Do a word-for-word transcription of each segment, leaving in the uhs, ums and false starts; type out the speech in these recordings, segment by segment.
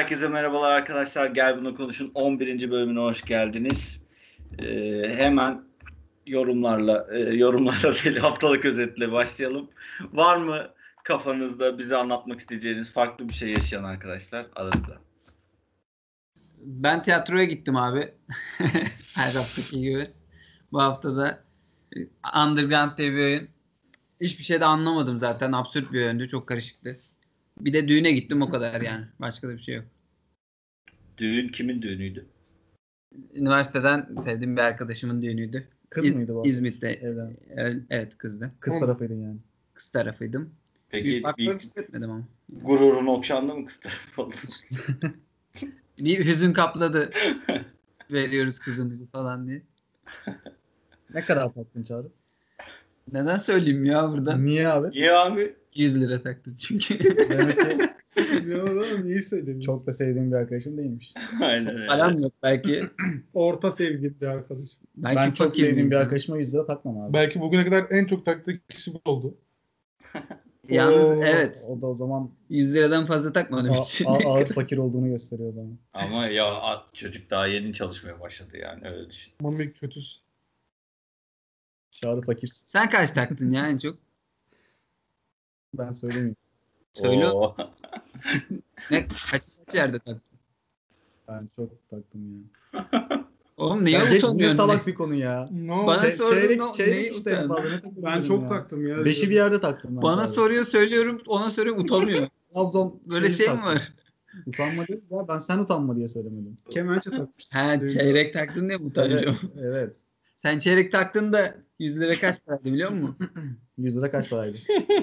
Herkese merhabalar arkadaşlar. Gel Bunu Konuş'un on birinci bölümüne hoş geldiniz. Ee, hemen yorumlarla, e, yorumlarla değil haftalık özetle başlayalım. Var mı kafanızda bize anlatmak isteyeceğiniz farklı bir şey yaşayan arkadaşlar aranızda? Ben tiyatroya gittim abi. Her haftaki gibi. Bu hafta da Underground diye bir oyun. Hiçbir şey de anlamadım zaten. Absürt bir oyundu. Çok karışıktı. Bir de düğüne gittim o kadar yani. Başka da bir şey yok. Düğün kimin düğünüydü? Üniversiteden sevdiğim bir arkadaşımın düğünüydü. Kız İz- mıydı bu? İzmit'te. Evlen. Evet kızdı. Kız tarafıydın yani. Kız tarafıydım. Peki Bir farklılık bir hissetmedim ama. gururun okşandı mı kız tarafı oldu? Bir hüzün kapladı. Veriyoruz kızımızı falan diye. Ne kadar taktın Çağrı? Neden söyleyeyim ya burada? Niye abi? Niye abi? yüz lira taktım çünkü. Demek ki Ne oldu? Niye söyledin? çok da sevdiğim bir arkadaşım değilmiş. Aynen öyle. Param yok belki. Orta sevgili bir arkadaşım. Belki Ben çok fakir sevdiğim bir insan. arkadaşıma yüz lira takmam abi. Belki bugüne kadar en çok taktığı kişi bu oldu. Yalnız Oo, evet. O da o zaman yüz liradan fazla takmadım a- hiç. a- ağır fakir olduğunu gösteriyor o zaman. Ama ya a- çocuk daha yeni çalışmaya başladı yani öyle düşün. Mamik kötüsü. Çağrı fakirsin. Sen kaç taktın ya en çok? Ben söylemeyeyim. Söyle. Oo. Ne, kaç, kaç yerde taktın? Ben çok taktım ya. Oğlum niye Ya geç ne utanmıyorsun? salak bir konu ya. No. Bana Çey- sordun, çeyrek no- çeyrek neyi işte en utandın? fazla. Ne takabilirim Ben çok ya? taktım ya. Beşi bir yerde taktım ben. Bana Çağrı. soruyor söylüyorum ona soruyorum utanmıyor. Trabzon Böyle şeyi şey mi taktım. var? Utanma değil ya. Ben sen utanma diye söylemedim. Kemençe takmışsın. Ha çeyrek taktın diye mi utanacağım? Evet. evet. Sen çeyrek taktın da yüz lira kaç paraydı biliyor musun? yüz lira kaç paraydı?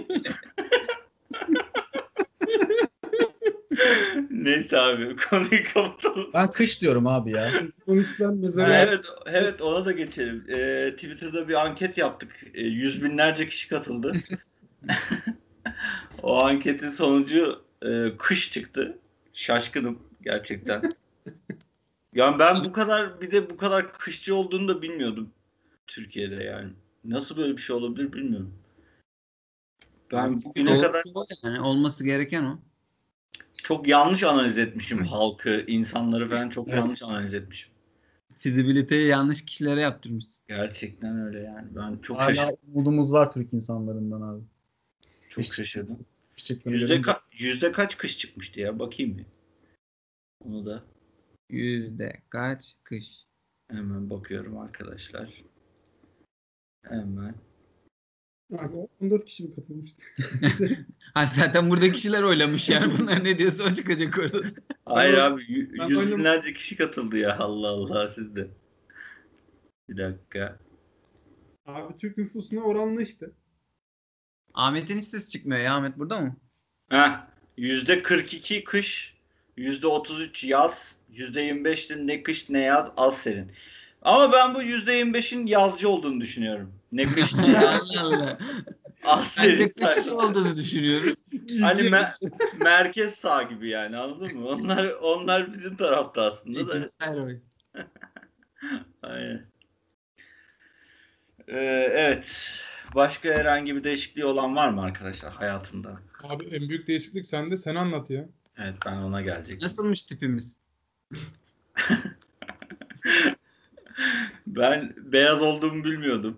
Neyse abi konuyu kapatalım. Ben kış diyorum abi ya. Komünistler mezara Evet, evet ona da geçelim. Ee, Twitter'da bir anket yaptık. Ee, yüz binlerce kişi katıldı. O anketin sonucu e, kış çıktı. Şaşkınım gerçekten. Yani ben bu kadar bir de bu kadar kışçı olduğunu da bilmiyordum Türkiye'de yani. Nasıl böyle bir şey olabilir bilmiyorum. Ben bugüne Doğrusu kadar o yani olması gereken o. çok yanlış analiz etmişim halkı, insanları falan çok Evet. yanlış analiz etmişim. Fizibiliteyi yanlış kişilere yaptırmışsın. Gerçekten öyle yani. Ben çok Hala şaşırdım. umudumuz var Türk insanlarından abi. Çok Hiç- şaşırdım. Kış çıktığını Yüzde, görünce- ka- yüzde kaç kış çıkmıştı ya? Bakayım bir. Onu da Yüzde kaç kış? hemen bakıyorum arkadaşlar. Hemen. Abi on dört kişi mi katılmıştı? Ha, zaten burada kişiler oylamış yani. Bunlar ne diyorsa o çıkacak orada. Hayır Ama abi y- ben yüz oynadım. binlerce kişi katıldı ya. Allah Allah siz de. Bir dakika. Abi Türk nüfusuna oranlı işte. Ahmet'in hiç sesi çıkmıyor ya. Ahmet burada mı? Heh. Yüzde kırk iki kış, yüzde otuz üç yaz, yüzde yirmi beş de ne kış ne yaz az serin. Ama ben bu yüzde yirmi beşin yazcı olduğunu düşünüyorum. Ne kış ne yaz Allah Allah. az Ben de serin. kış olduğunu düşünüyorum. Hani me- merkez sağ gibi yani anladın mı? Onlar onlar bizim tarafta aslında da. İkimser oy. Aynen. Ee, evet. Başka herhangi bir değişikliği olan var mı arkadaşlar hayatında? Abi en büyük değişiklik sende. Sen anlat ya. Evet ben ona gelecektim. Nasılmış tipimiz? Ben beyaz olduğumu bilmiyordum.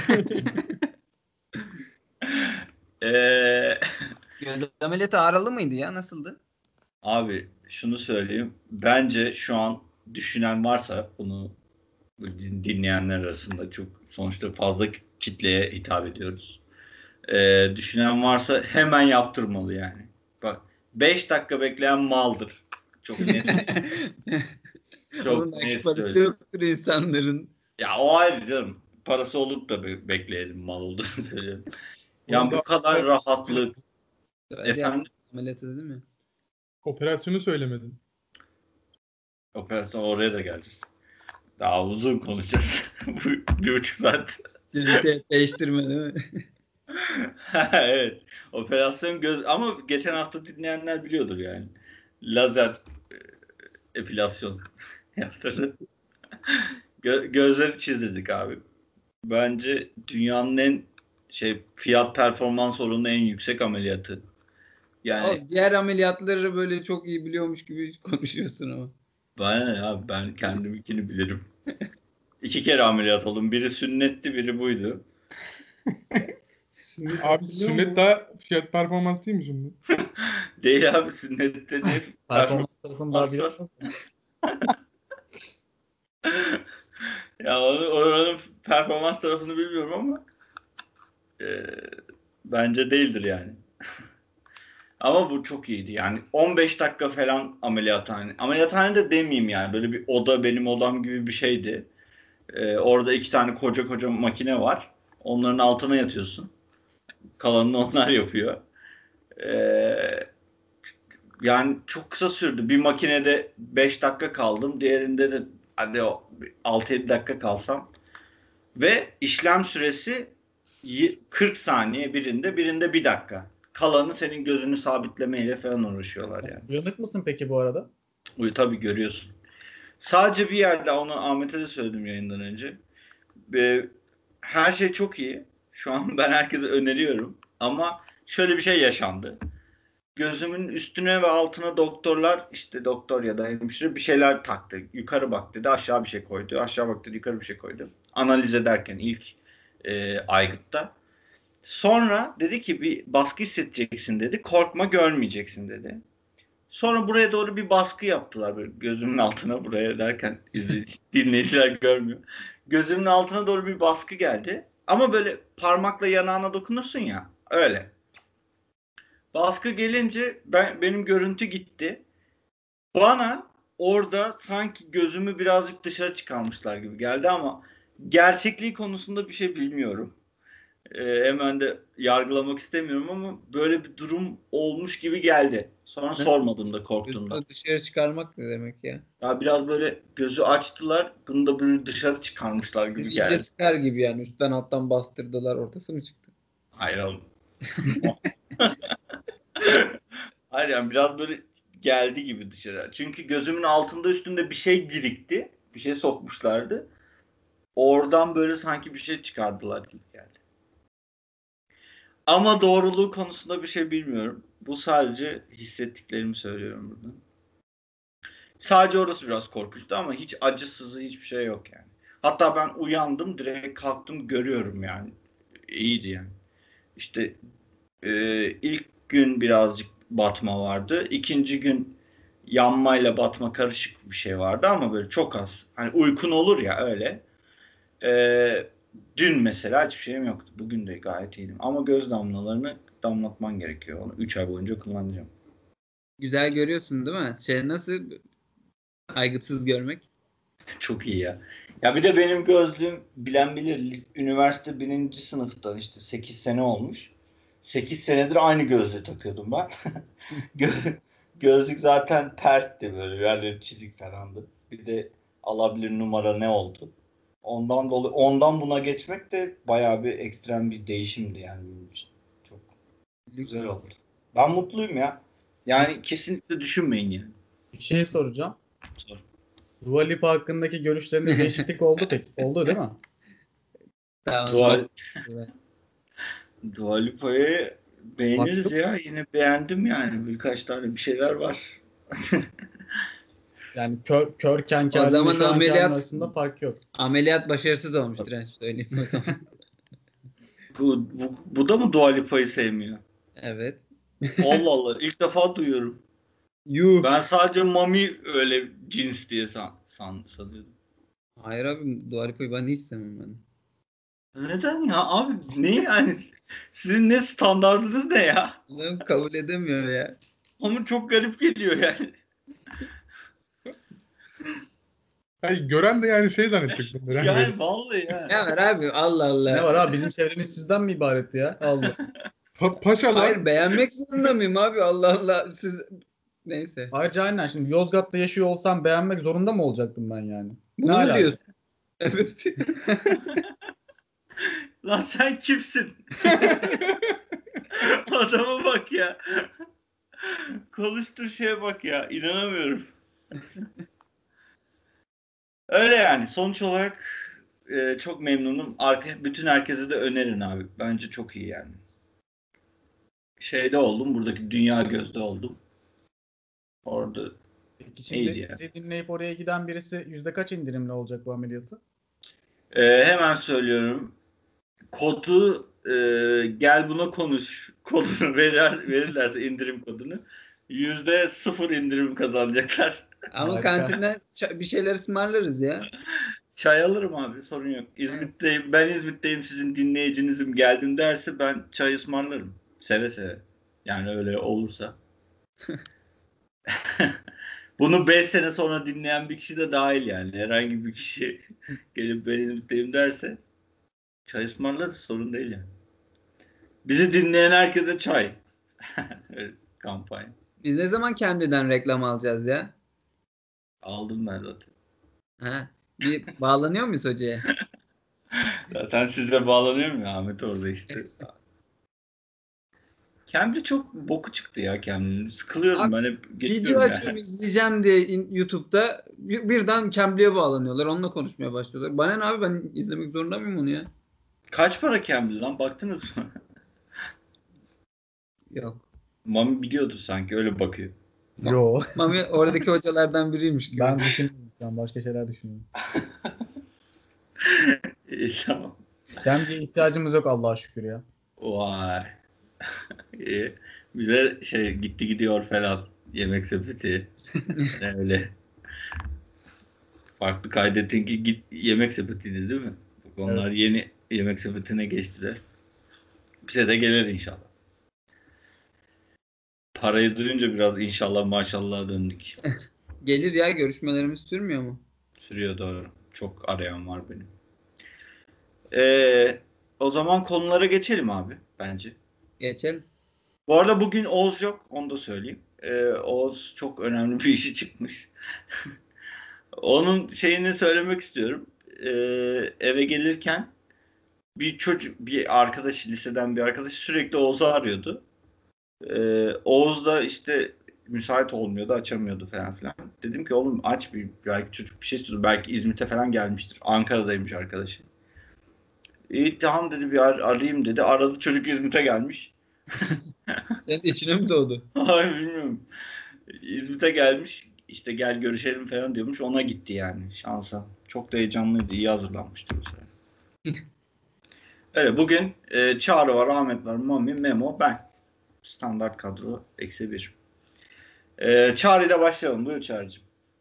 Ee, Göz ameliyatı ağrılı mıydı ya? Nasıldı? abi şunu söyleyeyim. Bence şu an düşünen varsa bunu din- dinleyenler arasında çok sonuçta fazla kitleye hitap ediyoruz. Ee, düşünen varsa hemen yaptırmalı yani. Bak beş dakika bekleyen maldır. Çok net. Çok Oğlum belki net parası söylüyorum. yoktur insanların. Ya o ayrı canım. Parası olup da be- bekleyelim mal olduğunu söylüyorum. Yani bu kadar rahatlık. Öyle Efendim ameliyatı dedim ya. Operasyonu söylemedin. operasyon oraya da geleceğiz. Daha uzun konuşacağız. Bu bir buçuk saat. Cinsiyet değiştirme değil mi? Evet. Operasyon göz ama geçen hafta dinleyenler biliyordur yani. Lazer e, epilasyon yaptırdı. Gö- gözleri çizdirdik abi. Bence dünyanın en şey fiyat performans oranı en yüksek ameliyatı. Yani O diğer ameliyatları böyle çok iyi biliyormuş gibi konuşuyorsun ama. bana ne ya, ben kendiminkini bilirim. İki kere ameliyat oldum. Biri sünnetti, biri buydu. Sünnet Abi hatırlıyor sünnet musun? daha fiyat performans değil mi şimdi? Değil abi, sünnette ne Performans tarafını daha Varsa- biliyor. Ya onu- oranın performans tarafını bilmiyorum ama e, bence değildir yani. Ama bu çok iyiydi yani. on beş dakika falan ameliyathane. Ameliyathane de demeyeyim yani. Böyle bir oda, benim odam gibi bir şeydi. E, orada iki tane koca koca makine var. Onların altına yatıyorsun. Kalanını onlar yapıyor. E, Yani çok kısa sürdü. Bir makinede beş dakika kaldım. Diğerinde de hadi o altı yedi dakika kalsam. Ve işlem süresi y- kırk saniye birinde, birinde bir dakika. Kalanı senin gözünü sabitlemeyle falan uğraşıyorlar yani. Uyanık mısın peki bu arada? Uyu tabii, görüyorsun. Sadece bir yerde, onu Ahmet'e de söyledim yayından önce. Ee, her şey çok iyi. Şu an ben herkese öneriyorum. Ama şöyle bir şey yaşandı. Gözümün üstüne ve altına doktorlar, işte doktor ya da hemşire bir şeyler taktı. Yukarı bak dedi, aşağı bir şey koydu. Aşağı bak dedi, yukarı bir şey koydu. Analiz ederken ilk e, aygıtta. Sonra dedi ki bir baskı hissedeceksin dedi. Korkma, görmeyeceksin dedi. Sonra buraya doğru bir baskı yaptılar, böyle gözümün altına, buraya derken izleyici, dinleyiciler görmüyor. Gözümün altına doğru bir baskı geldi. Ama böyle parmakla yanağına dokunursun ya, öyle. Baskı gelince ben, benim görüntü gitti. Bana orada sanki gözümü birazcık dışarı çıkarmışlar gibi geldi ama gerçekliği konusunda bir şey bilmiyorum. Ee, hemen de yargılamak istemiyorum ama böyle bir durum olmuş gibi geldi. Sonra Nasıl? sormadım da, korktuğumdan. Gözünü dışarı çıkarmak ne demek ya? Ya biraz böyle gözü açtılar, bunu da böyle dışarı çıkarmışlar gibi Sivilce geldi. sıkar gibi yani. Üstten alttan bastırdılar. Ortası mı çıktı? Hayır oğlum. Hayır yani biraz böyle geldi gibi dışarı. Çünkü gözümün altında üstünde bir şey girikti. Bir şey sokmuşlardı. Oradan böyle sanki bir şey çıkardılar gibi geldi. Ama doğruluğu konusunda bir şey bilmiyorum. Bu sadece hissettiklerimi söylüyorum burada. Sadece orası biraz korkunçtu ama hiç acısızı hiçbir şey yok yani. Hatta ben uyandım, direkt kalktım, görüyorum yani. İyiydi yani. İşte e, ilk gün birazcık batma vardı. İkinci gün yanmayla batma karışık bir şey vardı ama böyle çok az. Hani uykun olur ya, öyle. E, Dün mesela hiçbir şeyim yoktu. Bugün de gayet iyiydim. Ama göz damlalarını damlatman gerekiyor. Onu üç ay boyunca kullanacağım. Güzel görüyorsun değil mi? Şey nasıl aygıtsız görmek? Çok iyi ya. Ya bir de benim gözlüğüm, bilen bilir, üniversite birinci sınıftan işte sekiz sene olmuş. sekiz senedir aynı gözlüğü takıyordum ben. Gö- Gözlük zaten pertti, böyle yerleri çizik falandı. Bir de alabilir numara ne oldu? Ondan dolayı ondan buna geçmek de bayağı bir ekstrem bir değişimdi yani benim için. Çok Lüks. güzel oldu. Ben mutluyum ya. Yani kesinlikle düşünmeyin yani. Bir şey soracağım. Sor. Dua Lipa hakkındaki görüşlerinde değişiklik oldu peki. Oldu değil mi? Tamam. Dua, Evet. Dua Lipa'yı beğeniriz Baktım. ya. Yine beğendim yani. Birkaç tane bir şeyler var. Yani kör, körken O zaman halinde şu anki halin ameliyat arasında fark yok. ameliyat başarısız olmuş direnç söyleyeyim o zaman. Bu, bu, bu da mı Dua Lipa'yı sevmiyor? Evet. Allah Allah. İlk defa duyuyorum. Yuh. Ben sadece Mami öyle cins diye san, san, sanıyordum. Hayır abi Dua Lipa'yı ben hiç sevmem ben. Neden ya abi? Ne yani? Sizin ne standardınız ne ya? Adam kabul edemiyor ya. Ama çok garip geliyor yani. Yani gören de yani şey zannedecek bunları. Yani böyle. Yani vallahi ya. Ne var abi Allah Allah. Ne var abi, bizim çevremiz sizden mi ibaretti ya? Allah. Pa- paşalar Hayır beğenmek zorunda mıyım abi Allah Allah siz neyse. Ayrıca aynen, şimdi Yozgat'ta yaşıyor olsam beğenmek zorunda mı olacaktım ben yani? Bunu Ne mu alaka? diyorsun? Evet. Lan sen kimsin? Adama bak ya. Konuştuğu şeye bak ya. İnanamıyorum. Öyle yani. Sonuç olarak e, çok memnunum. Arka, bütün herkese de önerin abi. Bence çok iyi yani. şeyde oldum. Buradaki Dünya Göz'de oldum. Orada Peki şimdi iyiydi yani. bizi dinleyip oraya giden birisi yüzde kaç indirimli olacak bu ameliyatı? Ee, hemen söylüyorum. Kodu e, gel buna konuş kodunu verir, verirlerse indirim kodunu yüzde sıfır indirim kazanacaklar. Ama Harika. kantinden ça- bir şeyler ısmarlarız ya. Çay alırım abi, sorun yok. İzmit'teyim, ben İzmit'teyim, sizin dinleyicinizim, geldim derse ben çay ısmarlarım. Seve seve. Yani öyle olursa. Bunu beş sene sonra dinleyen bir kişi de dahil yani. Herhangi bir kişi gelip ben İzmit'teyim derse çay ısmarlarız, sorun değil yani. Bizi dinleyen herkese çay. Evet, kampanya. Biz ne zaman Cambly'den reklam alacağız ya? Aldım ben zaten. Ha, bir bağlanıyor muyuz hocaya? Zaten sizle bağlanıyorum ya, Ahmet orada işte. Cambly çok boku çıktı ya Cambly'nin. Sıkılıyorum Abi, ben, hep Video geçiyorum açıyorum yani. izleyeceğim diye in- YouTube'da bir- birden Cambly'e bağlanıyorlar. Onunla konuşmaya başlıyorlar. Bana ne abi, ben izlemek zorunda mıyım onu ya? Kaç para Cambly lan, baktınız mı? Yok. Mami biliyordur sanki, öyle bakıyor. Yo. Mami oradaki hocalardan biriymiş gibi. Ben düşünüyorum. Ben başka şeyler düşünüyorum. İyi, tamam. Kendi ihtiyacımız yok Allah'a şükür ya. Vay. İyi. Bize şey gitti gidiyor falan. Yemek sepeti. Öyle. Farklı kaydettin ki git yemek sepetiydi değil mi? Bak onlar Evet. yeni yemek sepetine geçtiler. Bize de gelir inşallah. Parayı duyunca biraz inşallah maşallah döndük. Gelir ya, görüşmelerimiz sürmüyor mu? Sürüyor, doğru. Çok arayan var benim. Ee, o zaman konulara geçelim abi bence. Geçelim. Bu arada bugün Oğuz yok, onu da söyleyeyim. Ee, Oğuz çok önemli bir işi çıkmış. Onun şeyini söylemek istiyorum. Ee, eve gelirken bir çocuk, bir arkadaş, liseden bir arkadaş sürekli Oğuz'u arıyordu. Ee, Oğuz da işte müsait olmuyordu, açamıyordu falan filan. Dedim ki oğlum aç, bir belki çocuk bir şey istiyordu. Belki İzmit'e falan gelmiştir. Ankara'daymış arkadaşı. İyi tamam dedi, bir ar- arayayım dedi. Aradı, çocuk İzmit'e gelmiş. Senin de içine mi doğdu? Ay bilmiyorum. İzmit'e gelmiş. İşte gel görüşelim falan diyormuş. Ona gitti yani şansa. Çok da heyecanlıydı. İyi hazırlanmıştı bu sefer. Öyle bugün e, Çağrı var, Ahmet var, Mami, Memo, ben. Standart kadro eksi bir. E, Çağrı ile başlayalım. Buyur Çağrı'cığım.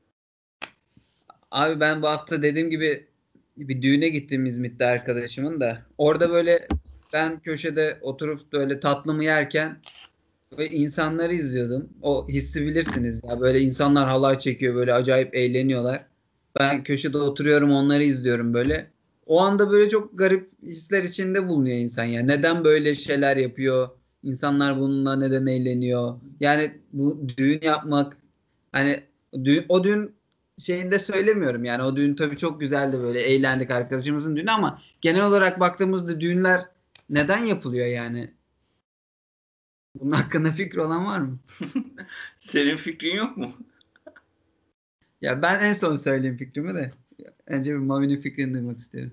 Abi ben bu hafta dediğim gibi bir düğüne gittim İzmit'te arkadaşımın da. Orada böyle ben köşede oturup böyle tatlımı yerken ve insanları izliyordum. O hissi bilirsiniz ya, böyle insanlar halay çekiyor, böyle acayip eğleniyorlar. Ben köşede oturuyorum, onları izliyorum böyle. O anda böyle çok garip hisler içinde bulunuyor insan ya. Neden böyle şeyler yapıyor? İnsanlar bununla neden eğleniyor? Yani bu düğün yapmak, hani düğün, o düğün şeyinde söylemiyorum yani, o düğün tabii çok güzeldi, böyle eğlendik arkadaşımızın düğünü, ama genel olarak baktığımızda düğünler neden yapılıyor yani? Bunun hakkında fikri olan var mı? Senin fikrin yok mu? Ya ben en son söyleyeyim fikrimi de. Önce bir Mavi'nin fikrini duymak istiyorum.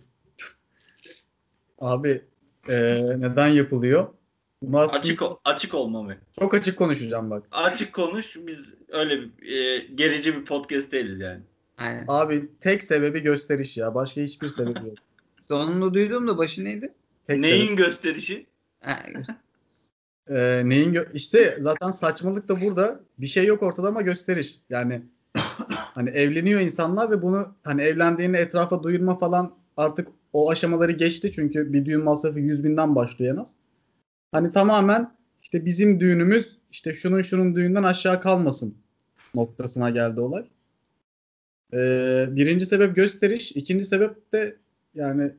Abi e, neden yapılıyor? Bunu aslında Açık ol- açık ol Mami. çok açık konuşacağım bak. Açık konuş. Biz öyle bir e, gerici bir podcast değiliz yani. Aynen. Abi tek sebebi gösteriş ya. Başka hiçbir sebebi yok. Sonunu duydum da başı neydi? Tek Neyin sebep. gösterişi? Ha, göster- E, neyin gö- işte zaten saçmalık da burada. Bir şey yok ortada ama gösteriş. Yani hani evleniyor insanlar ve bunu hani evlendiğini etrafa duyurma falan artık o aşamaları geçti. Çünkü bir düğün masrafı yüz binden başlıyor en az. Hani tamamen işte bizim düğünümüz işte şunun şunun düğünden aşağı kalmasın noktasına geldi olay. Ee, birinci sebep gösteriş. İkinci sebep de yani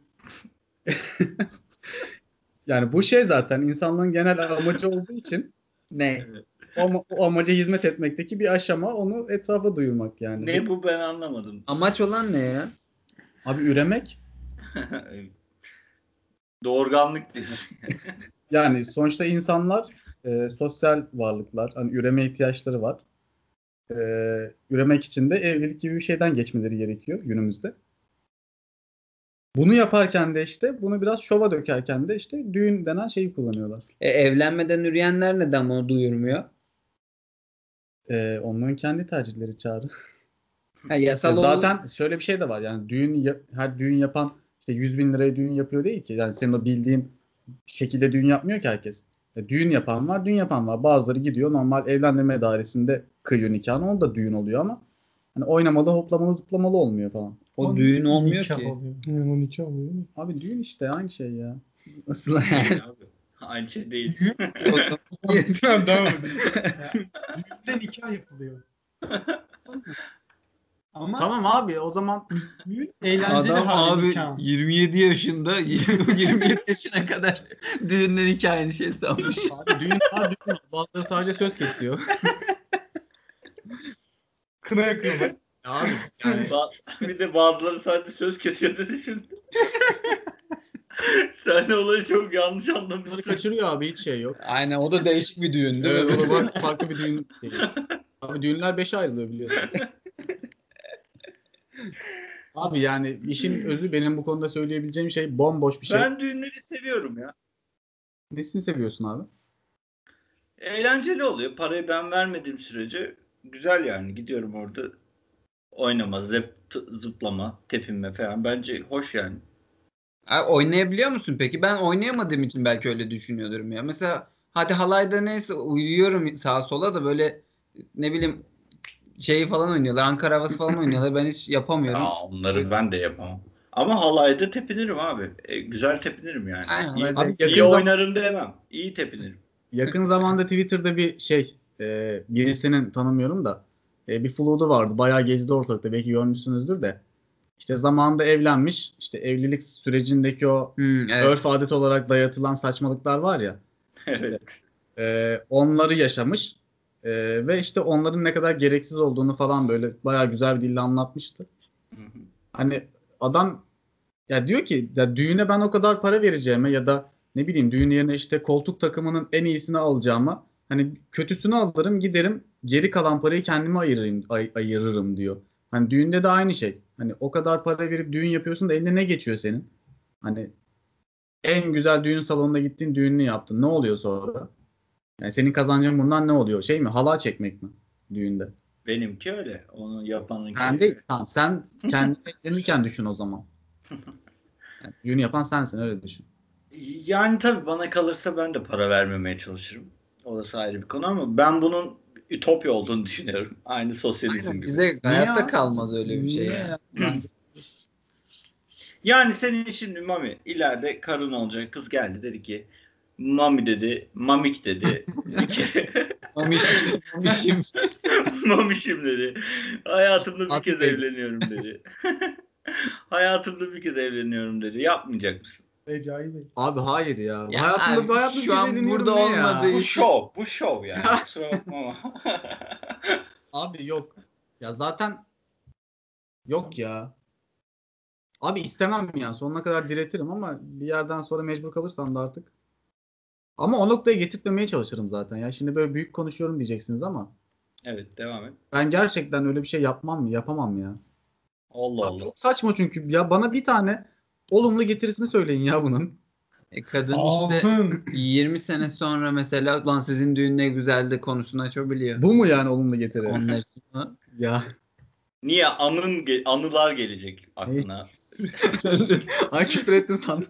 yani bu şey zaten insanlığın genel amacı olduğu için Ne? o, ama- o amaca hizmet etmekteki bir aşama, onu etrafa duyurmak yani. Ne bu, ben anlamadım. Amaç olan ne ya? Abi üremek, Doğurganlık diyorsun. yani sonuçta insanlar e, sosyal varlıklar. Hani üreme ihtiyaçları var. E, üremek için de evlilik gibi bir şeyden geçmeleri gerekiyor günümüzde. Bunu yaparken de işte bunu biraz şova dökerken de işte düğün denen şeyi kullanıyorlar. E, evlenmeden yürüyenler neden bunu duyurmuyor? Ee, onların kendi tercihleri Çağrı. Ha, Ya yasal zaten olduğu- şöyle bir şey de var yani düğün ya- her düğün yapan işte yüz bin liraya düğün yapıyor değil ki. Yani senin o bildiğin şekilde düğün yapmıyor ki herkes. Ya düğün yapan var, düğün yapan var. Bazıları gidiyor normal evlendirme dairesinde kıyıyor nikahını, o da düğün oluyor ama hani oynamalı, hoplamalı, zıplamalı olmuyor falan. o düğün olmuyor Nikah ki. oluyor. Yani on iki oluyor değil mi? Abi düğün işte aynı şey ya. Nasıl Değil yani? abi. Aynı şey değil. Tamam, devam edelim. Düğünde nikah yapılıyor. Ama Tamam abi o zaman düğün eğlenceli Adam hali abi nikah. yirmi yedi yaşında yirmi yedi yaşına kadar düğünden hikayenin şey sanmış. abi düğün var düğün var. Bazıları sadece söz kesiyor. Kına yakıyorlar. Abi yani Ba- bir de bazıları sadece söz kesiyor dedi şimdi. Sen olayı çok yanlış bunları anlamışsın. kaçırıyor abi, hiç şey yok. Aynen, o da değişik bir düğün değil Evet, mi? o da Mesela? farklı, farklı bir düğün şeyi. Abi düğünler beşe ayrılıyor biliyorsunuz. Abi yani işin özü, benim bu konuda söyleyebileceğim şey bomboş bir şey. Ben düğünleri seviyorum ya. Nesini seviyorsun abi? Eğlenceli oluyor. Parayı ben vermediğim sürece güzel yani. Gidiyorum orada oynama, zep, t- zıplama, tepinme falan. Bence hoş yani. Abi, oynayabiliyor musun peki? Ben oynayamadığım için belki öyle düşünüyorum ya. Mesela hadi halayda neyse uyuyorum sağa sola da böyle ne bileyim şeyi falan oynuyorlar. Ankara havası falan oynuyorlar. Ben hiç yapamıyorum. Ya onları ben de yapamam. Ama halayda tepinirim abi. E, güzel tepinirim yani. Aynen, İyi, halayda- Abi yakın, iyi zam- oynarım demem. İyi tepinirim. yakın zamanda Twitter'da bir şey, e, birisinin tanımıyorum da e, bir flood'u vardı. Bayağı gezdi ortalıkta. Belki görmüşsünüzdür de. İşte zamanında evlenmiş. İşte evlilik sürecindeki o Hmm, evet. örf adet olarak dayatılan saçmalıklar var ya. Evet. e, onları yaşamış. E, ve işte onların ne kadar gereksiz olduğunu falan böyle bayağı güzel bir dille anlatmıştı. Hı hı. Hani adam ya diyor ki ya düğüne ben o kadar para vereceğime ya da ne bileyim düğün yerine işte koltuk takımının en iyisini alacağıma hani kötüsünü alırım giderim, geri kalan parayı kendime ayırırım, ay- ayırırım diyor. Hani düğünde de aynı şey. Hani o kadar para verip düğün yapıyorsun da eline ne geçiyor senin? Hani en güzel düğün salonuna gittin, düğününü yaptın. Ne oluyor sonra? Yani senin kazancın bundan ne oluyor? Şey mi? Halay çekmek mi düğünde? Benimki öyle. Onu yapanınki. Ben değil. Tamam, sen kendini evlenirken düşün o zaman. Yani düğün yapan sensin, öyle düşün. Yani tabii bana kalırsa ben de para vermemeye çalışırım. Orası ayrı bir konu ama ben bunun ütopya olduğunu düşünüyorum. Aynı sosyalizm Aynen, gibi. bize hayatta ya? kalmaz öyle bir şey. Niye ya. ya? Ben- Yani senin şimdi Mami ileride karın olacak kız geldi dedi ki Mami dedi, Mamik dedi. Dedi ki Mamişim, mamişim. Mamişim dedi. Hayatımda bir Atik kez Bey. evleniyorum dedi. Hayatımda bir kez evleniyorum dedi. Yapmayacak mısın? Recai Bey. Abi hayır ya. Ya hayatımda abi, bir hayatımda şu bir an kez evleniyorum burada ne olmadığı ya? Bu için- şov, bu şov yani. Kusura bakma ama. Abi yok. Ya zaten yok ya. Abi istemem ya. Sonuna kadar diretirim ama bir yerden sonra mecbur kalırsam da artık. Ama o noktaya getirtmemeye çalışırım zaten. Ya şimdi böyle büyük konuşuyorum diyeceksiniz ama Evet, devam et. ben gerçekten öyle bir şey yapmam, yapamam ya. Allah Abi Allah. çok saçma çünkü ya, bana bir tane olumlu getirisini söyleyin ya bunun. E, kadın işte Altın. yirmi sene sonra mesela lan sizin düğün ne güzeldi konusunu açabiliyor. Bu mu yani olumlu getiri? Onlar için o. Ya. Niye anın ge- anılar gelecek aklına? Ay küfür ettin sandım.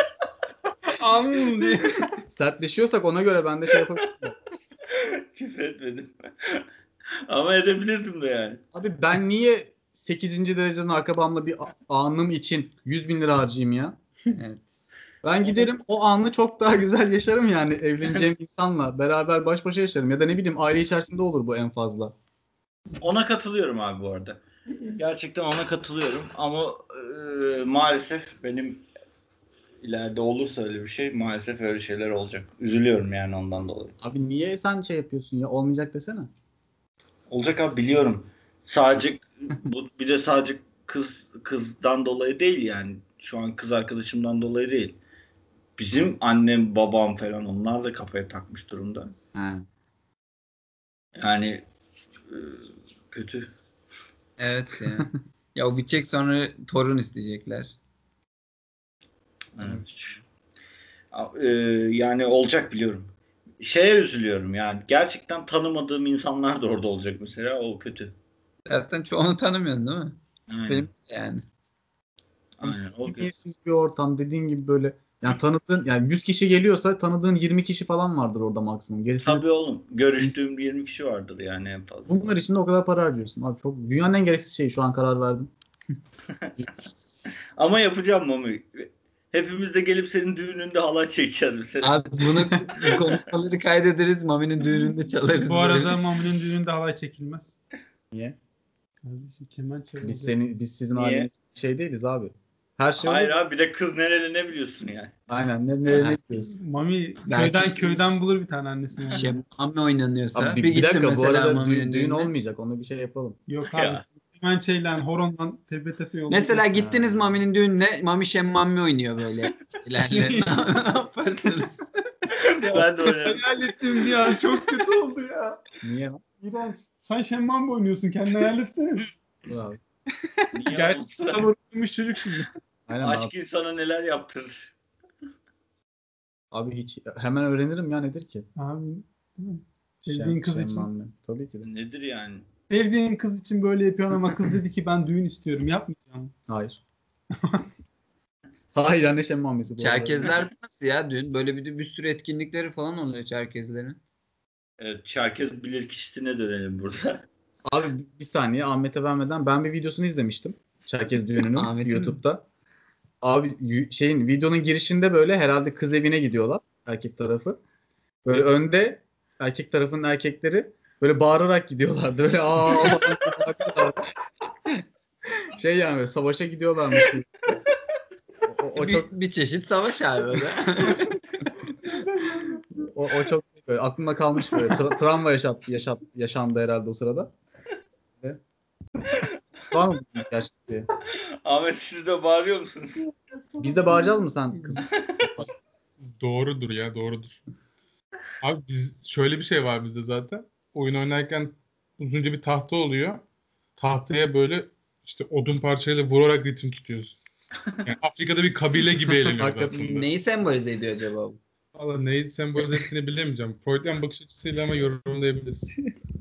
Am diye. Sertleşiyorsak ona göre ben de şey yapabilirim. Küfür etmedim. Ama edebilirdim de yani. Abi ben niye sekizinci dereceden arkabamla bir a- anım için yüz bin lira harcayayım ya? Evet. Ben giderim o anı çok daha güzel yaşarım yani evleneceğim insanla. Beraber baş başa yaşarım. Ya da ne bileyim aile içerisinde olur bu en fazla. Ona katılıyorum abi bu arada. Gerçekten ona katılıyorum ama e, maalesef benim ileride olursa öyle bir şey maalesef öyle şeyler olacak. Üzülüyorum yani ondan dolayı. Abi niye sen şey yapıyorsun ya? Olmayacak desene. Olacak abi biliyorum. Sadece bu bir de sadece kız kızdan dolayı değil yani. Şu an kız arkadaşımdan dolayı değil. Bizim annem, babam falan onlar da kafaya takmış durumda. He. Yani e, kötü. Evet ya. Ya o bitecek sonra torun isteyecekler. Evet. A- e, yani olacak biliyorum. Şeye üzülüyorum yani. Gerçekten tanımadığım insanlar da orada olacak mesela. O kötü. Zaten çoğunu tanımıyorsun değil mi? Aynen. Benim yani. Aynen. O kötü. Samimiyetsiz bir ortam dediğin gibi böyle yani tanıdığın yani yüz kişi geliyorsa tanıdığın yirmi kişi falan vardır orada maksimum. Gerisini Tabii oğlum. Görüştüğüm yirmi kişi vardır yani en fazla. bunlar için de o kadar para harcıyorsun. Abi çok dünyanın en gereksiz şeyi şu an karar verdim. Ama yapacağım Mami. Hepimiz de gelip senin düğününde halay çekeceğiz mesela. Abi bunu bu konuşmaları kaydederiz. Mami'nin düğününde çalarız. Bu böyle. arada Mami'nin düğününde halay çekilmez. Niye? Kardeşim keman çalıyor. Biz seni biz sizin Niye? aileniz şey değiliz abi. Her şey Hayır olur. abi bir de kız nereli ne biliyorsun yani. Aynen ne ne ne diyoruz. Mami Belki köyden işte- köyden bulur bir tane annesini. Yani. Şey, Mami oynanıyorsa. Abi bir, bir, bir gittim dakika bu mesela arada Mami'nin düğün, düğün düğününe. olmayacak. Onu bir şey yapalım. Yok Ya. abi. Kemençeyle, horondan tepe tepe yolda. Mesela gittiniz Ha. Mami'nin düğününe. Mami Şemmami oynuyor böyle şeylerle. ne yaparsınız? Ben de oynarım. Hayal ettim bir an çok kötü oldu ya. Niye lan? İğrenç. Sen şemman mı oynuyorsun? Kendini hayal etsene. Dur abi. Niye Gerçi olsun? tam ölmüş çocuk şimdi. Aynen Aşk abi. insana neler yaptırır. Abi hiç hemen öğrenirim ya nedir ki? Abi sevdiğin Şem- kız için. Şemman mı? Tabii ki de. Nedir yani? Sevdiğin kız için böyle yapıyorsun ama kız dedi ki ben düğün istiyorum. Yapmayacağım. Hayır. Hayır anne şemmamesi bu arada. Çerkezler nasıl ya düğün? Böyle bir, bir sürü etkinlikleri falan oluyor Çerkezlerin. Evet, Çerkez bilirkişisine dönelim burada. Abi bir saniye Ahmet'e vermeden ben bir videosunu izlemiştim. Çerkez düğününün Ahmet'in mi? YouTube'da. Abi y- şeyin videonun girişinde böyle herhalde kız evine gidiyorlar erkek tarafı. Böyle önde erkek tarafının erkekleri böyle bağırarak gidiyorlardı. Böyle aa falan diye bağırıyorlardı. Şey yani böyle savaşa gidiyorlarmış gibi. O, o, o bir, çok bir çeşit savaş abi o da. o, o çok böyle aklımda kalmış böyle Tra- travma yaşat, yaşat yaşandı herhalde o sırada. Ve- Var mı bunun gerçekten diye? Ahmet siz de bağırıyor musunuz? Biz de bağıracağız mı sen kız? Doğrudur ya doğrudur. Abi biz şöyle bir şey var bizde zaten. Oyun oynarken uzunca bir tahta oluyor. Tahtaya böyle işte odun parçayla vurarak ritim tutuyoruz. Yani Afrika'da bir kabile gibi eğleniyoruz Hakikaten. aslında. Neyi sembolize ediyor acaba bu? Valla neyi sembolize ettiğini bilemeyeceğim. Freudian bakış açısıyla ama yorumlayabiliriz.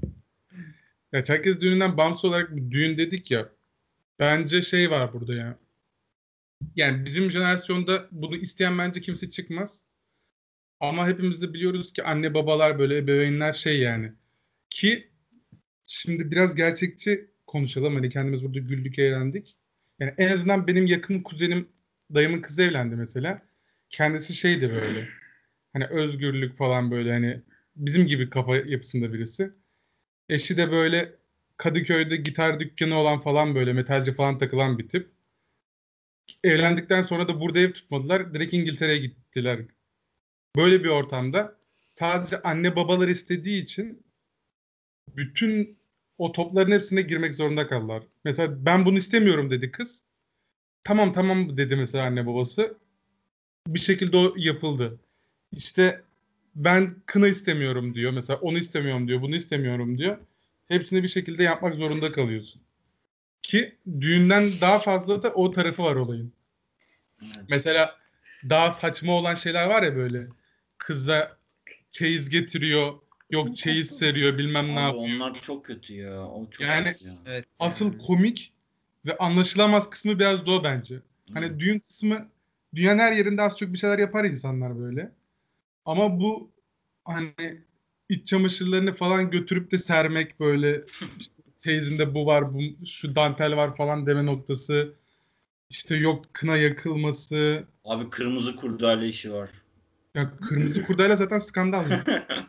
Ya Çerkez düğününden bağımsız olarak bir düğün dedik ya. Bence şey var burada ya. Yani bizim jenerasyonda bunu isteyen bence kimse çıkmaz. Ama hepimiz de biliyoruz ki anne babalar böyle ebeveynler şey yani. Ki şimdi biraz gerçekçi konuşalım. Hani kendimiz burada güldük eğlendik. Yani en azından benim yakın kuzenim dayımın kızı evlendi mesela. Kendisi şeydi böyle. Hani özgürlük falan böyle hani bizim gibi kafa yapısında birisi. Eşi de böyle Kadıköy'de gitar dükkanı olan falan böyle metalci falan takılan bir tip. Evlendikten sonra da burada ev tutmadılar. Direkt İngiltere'ye gittiler. Böyle bir ortamda sadece anne babalar istediği için bütün o topların hepsine girmek zorunda kaldılar. Mesela ben bunu istemiyorum dedi kız. Tamam tamam dedi mesela anne babası. Bir şekilde o yapıldı. İşte ben kına istemiyorum diyor. Mesela onu istemiyorum diyor. Bunu istemiyorum diyor. Hepsini bir şekilde yapmak zorunda kalıyorsun. Ki düğünden daha fazla da o tarafı var olayın. Mesela daha saçma olan şeyler var ya böyle. Kıza çeyiz getiriyor. Yok çeyiz seriyor bilmem ne Abi yapıyor. onlar çok kötü ya. O çok Yani- kötü ya. Evet. Asıl komik ve anlaşılamaz kısmı biraz da o bence. Hani düğün kısmı dünyanın her yerinde az çok bir şeyler yapar insanlar böyle. Ama bu hani iç çamaşırlarını falan götürüp de sermek böyle işte teyzinde bu var, bu şu dantel var falan deme noktası. İşte yok kına yakılması. Abi kırmızı kurdale işi var. Ya kırmızı kurdele zaten skandal ya.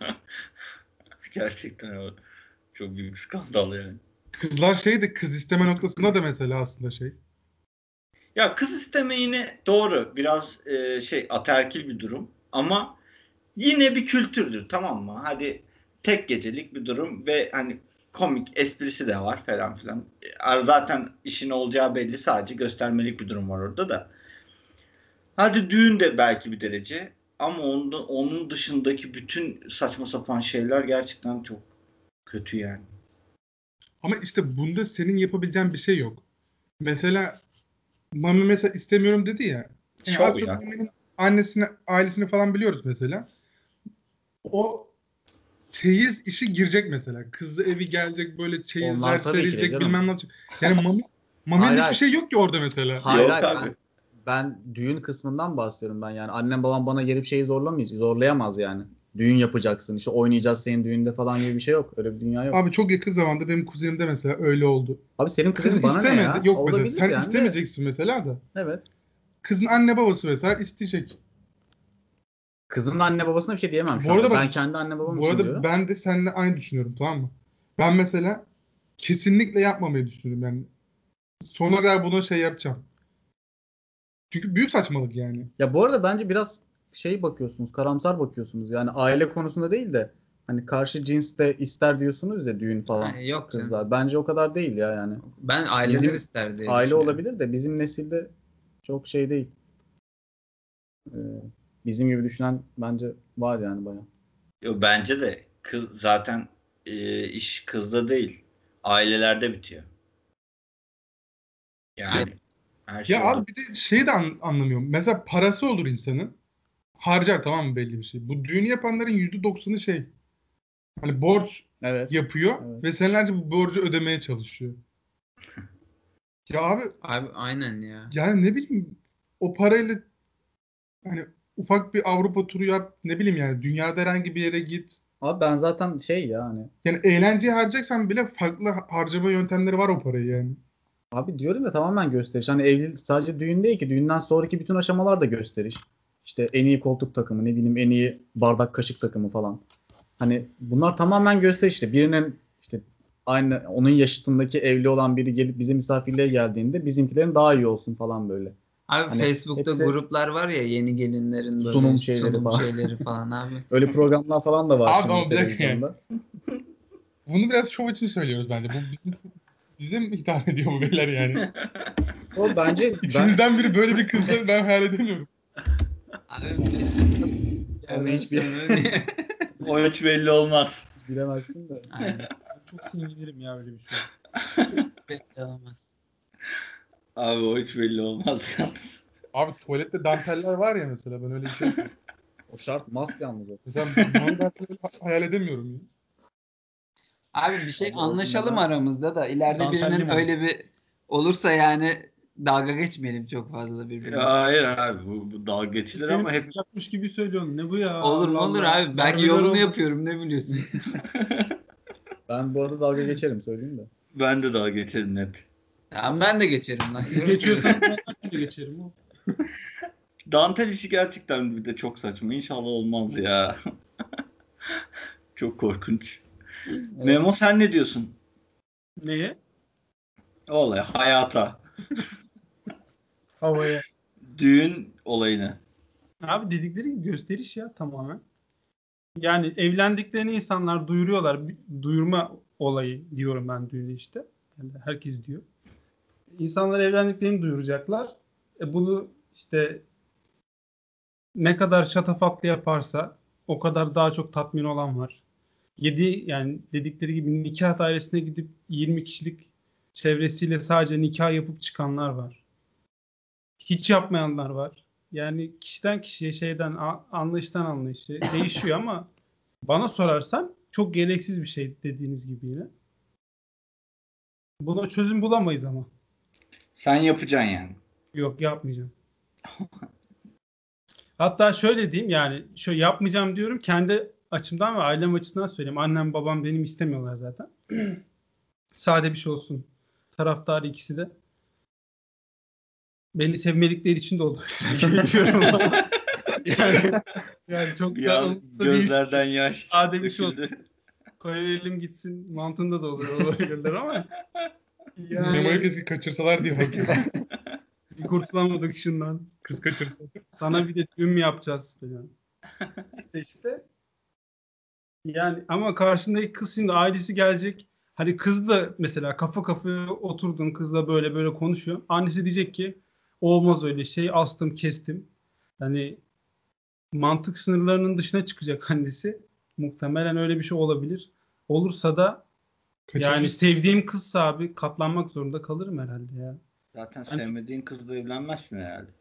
Gerçekten o çok büyük skandal yani. Kızlar şeydi kız isteme noktasında da mesela aslında şey. Ya kız isteme yine doğru. Biraz e, şey ataerkil bir durum. Ama yine bir kültürdür, tamam mı? Hadi tek gecelik bir durum ve hani komik esprisi de var falan filan. E, Zaten işin olacağı belli. Sadece göstermelik bir durum var orada da. Hadi düğün de belki bir derece. Ama onda, onun dışındaki bütün saçma sapan şeyler gerçekten çok kötü yani. Ama işte bunda senin yapabileceğin bir şey yok. Mesela Mami mesela istemiyorum dedi ya. Yani Şov az çok ya. Mami'nin annesini, ailesini falan biliyoruz mesela. O çeyiz işi girecek mesela. Kızı evi gelecek böyle çeyizler Onlar tabii ki de serilecek canım. bilmem ne olacak. Yani Mami, Mami'nin Hayır, hiçbir hayır. şey yok ki orada mesela. Hayır Yok hayır abi. ben, ben düğün kısmından bahsediyorum ben yani. Annem babam bana gelip şeyi zorlamayacak. Zorlayamaz yani. Düğün yapacaksın işte oynayacağız senin düğünde falan gibi bir şey yok. Öyle bir dünya yok. Abi, Abi çok yakın zamanda benim kuzenimde mesela öyle oldu. senin Kız kızın bana ne istemedi. ya? Yok mesela Olabilir sen yani de. istemeyeceksin mesela da. Evet. Kızın anne babası mesela isteyecek. Kızın anne babasına bir şey diyemem şu Bu arada anda. bak, Ben kendi anne babam Bu için arada diyorum. ben de seninle aynı düşünüyorum, tamam mı? Ben mesela kesinlikle yapmamayı düşünüyorum yani. Sonuna kadar buna şey yapacağım. Çünkü büyük saçmalık yani. Ya bu arada bence biraz şey bakıyorsunuz, karamsar bakıyorsunuz. Yani aile konusunda değil de hani karşı cins de ister diyorsunuz ya düğün falan Ha, yok canım. kızlar. Bence o kadar değil ya yani. Ben aileler Bizim ister diye aile düşünüyorum. olabilir de bizim nesilde çok şey değil. Ee, bizim gibi düşünen bence var yani bayağı. Yo, bence de kız zaten e, iş kızda değil. Ailelerde bitiyor. Yani her şey Ya orada. abi bir de şeyi de an- anlamıyorum. Mesela parası olur insanın. Harcar, tamam mı, belli bir şey. Bu düğünü yapanların yüzde doksanı şey. Hani borç Evet. yapıyor Evet. ve senelerce bu borcu ödemeye çalışıyor. Ya abi Abi aynen ya. yani ne bileyim o parayla hani ufak bir Avrupa turu yap, ne bileyim yani dünyada herhangi bir yere git. Abi ben zaten şey ya hani Yani eğlenceye harcayacaksan bile farklı harcama yöntemleri var o parayı yani. abi diyorum ya tamamen gösteriş. Hani evlilik sadece düğün değil ki. Düğünden sonraki bütün aşamalar da gösteriş. İşte en iyi koltuk takımı, ne bileyim en iyi bardak kaşık takımı falan. Hani bunlar tamamen gösteriş işte. Birinin işte aynı onun yaşıtındaki evli olan biri gelip bize misafirliğe geldiğinde bizimkilerin daha iyi olsun falan böyle. Abi Hani Facebook'ta hepsi gruplar var ya yeni gelinlerin böyle sunum şeyleri sunum falan. şeyleri falan abi. Öyle programlar falan da var Abi şimdi ama bir dakika yani. televizyonda. Bunu biraz şov için söylüyoruz bence. Bu bizim bize mi hitap ediyor bu beyler yani? O bence ben İçimizden biri böyle bir kızla ben hayal edemiyorum. Abi Facebook'ta onu yerden hiçbir sonra diye. O hiç belli olmaz. bilemezsin de. Aynen. Çok sinirlerim ya öyle bir şey. Belli olmaz. Abi o hiç belli olmaz yalnız. Abi tuvalette danteller var ya mesela, ben öyle bir şey O şart must yalnız o. mesela bunu ben öyle hayal edemiyorum ya. Abi bir şey Abi o anlaşalım neden- aramızda da ileride Dantelli birinin mi? öyle bir olursa yani dalga geçmeyelim çok fazla Ya birbirimize. hayır abi bu, bu dalga geçilir Senin ama hep yapacakmış gibi söylüyorsun. Ne bu ya? Olur mu Allah olur Allah. abi. Belki Darbeler yolunu oldu. yapıyorum ne biliyorsun. Ben bu arada dalga geçerim söyleyeyim de. ben de dalga geçerim net. Tamam ben de geçerim lan. Siz geçiyorsanız ben de geçerim. o. Dantel işi gerçekten bir de çok saçma. İnşallah olmaz ya. Çok korkunç. Evet. Memo sen ne diyorsun? Neye? Olay hayata. Havaya. Düğün olayını. Abi dedikleri gibi gösteriş ya tamamen. Yani evlendiklerini insanlar duyuruyorlar. Bir duyurma olayı diyorum ben düğünü işte. Yani herkes diyor. İnsanlar evlendiklerini duyuracaklar. E bunu işte ne kadar şatafatlı yaparsa o kadar daha çok tatmin olan var. Yedi yani dedikleri gibi nikah dairesine gidip yirmi kişilik çevresiyle sadece nikah yapıp çıkanlar var. Hiç yapmayanlar var. Yani kişiden kişiye şeyden a- anlayıştan anlayışa değişiyor ama bana sorarsan çok gereksiz bir şey dediğiniz gibi yine. Buna çözüm bulamayız ama. Sen yapacaksın yani. Yok yapmayacağım. Hatta şöyle diyeyim yani şöyle yapmayacağım diyorum kendi açımdan ve ailem açısından söyleyeyim. Annem babam benim istemiyorlar zaten. Sade bir şey olsun. Taraftarı ikisi de. Beni sevmedikleri için de olur. Görüyorum ama. yani, yani çok Bir da an umutlu değilsin. gözlerden yaş Sade bir şey olsun. döküldü. Koyverelim gitsin mantığında da olur olabilirler ama Memo'yu yani keşke kaçırsalar diye bakıyorum. bir kurtulamadık şundan. Kız kaçırsa. Sana bir de düğün mü yapacağız falan. İşte işte yani ama karşındaki kız şimdi ailesi gelecek. Hani kız da mesela kafa kafaya oturdun kızla böyle böyle konuşuyor. Annesi diyecek ki olmaz öyle şey astım kestim. Hani mantık sınırlarının dışına çıkacak annesi. Muhtemelen öyle bir şey olabilir. Olursa da yani Kaçırırız. sevdiğim kızsa abi katlanmak zorunda kalırım herhalde ya. Zaten Hani- sevmediğin kızla evlenmezsin herhalde.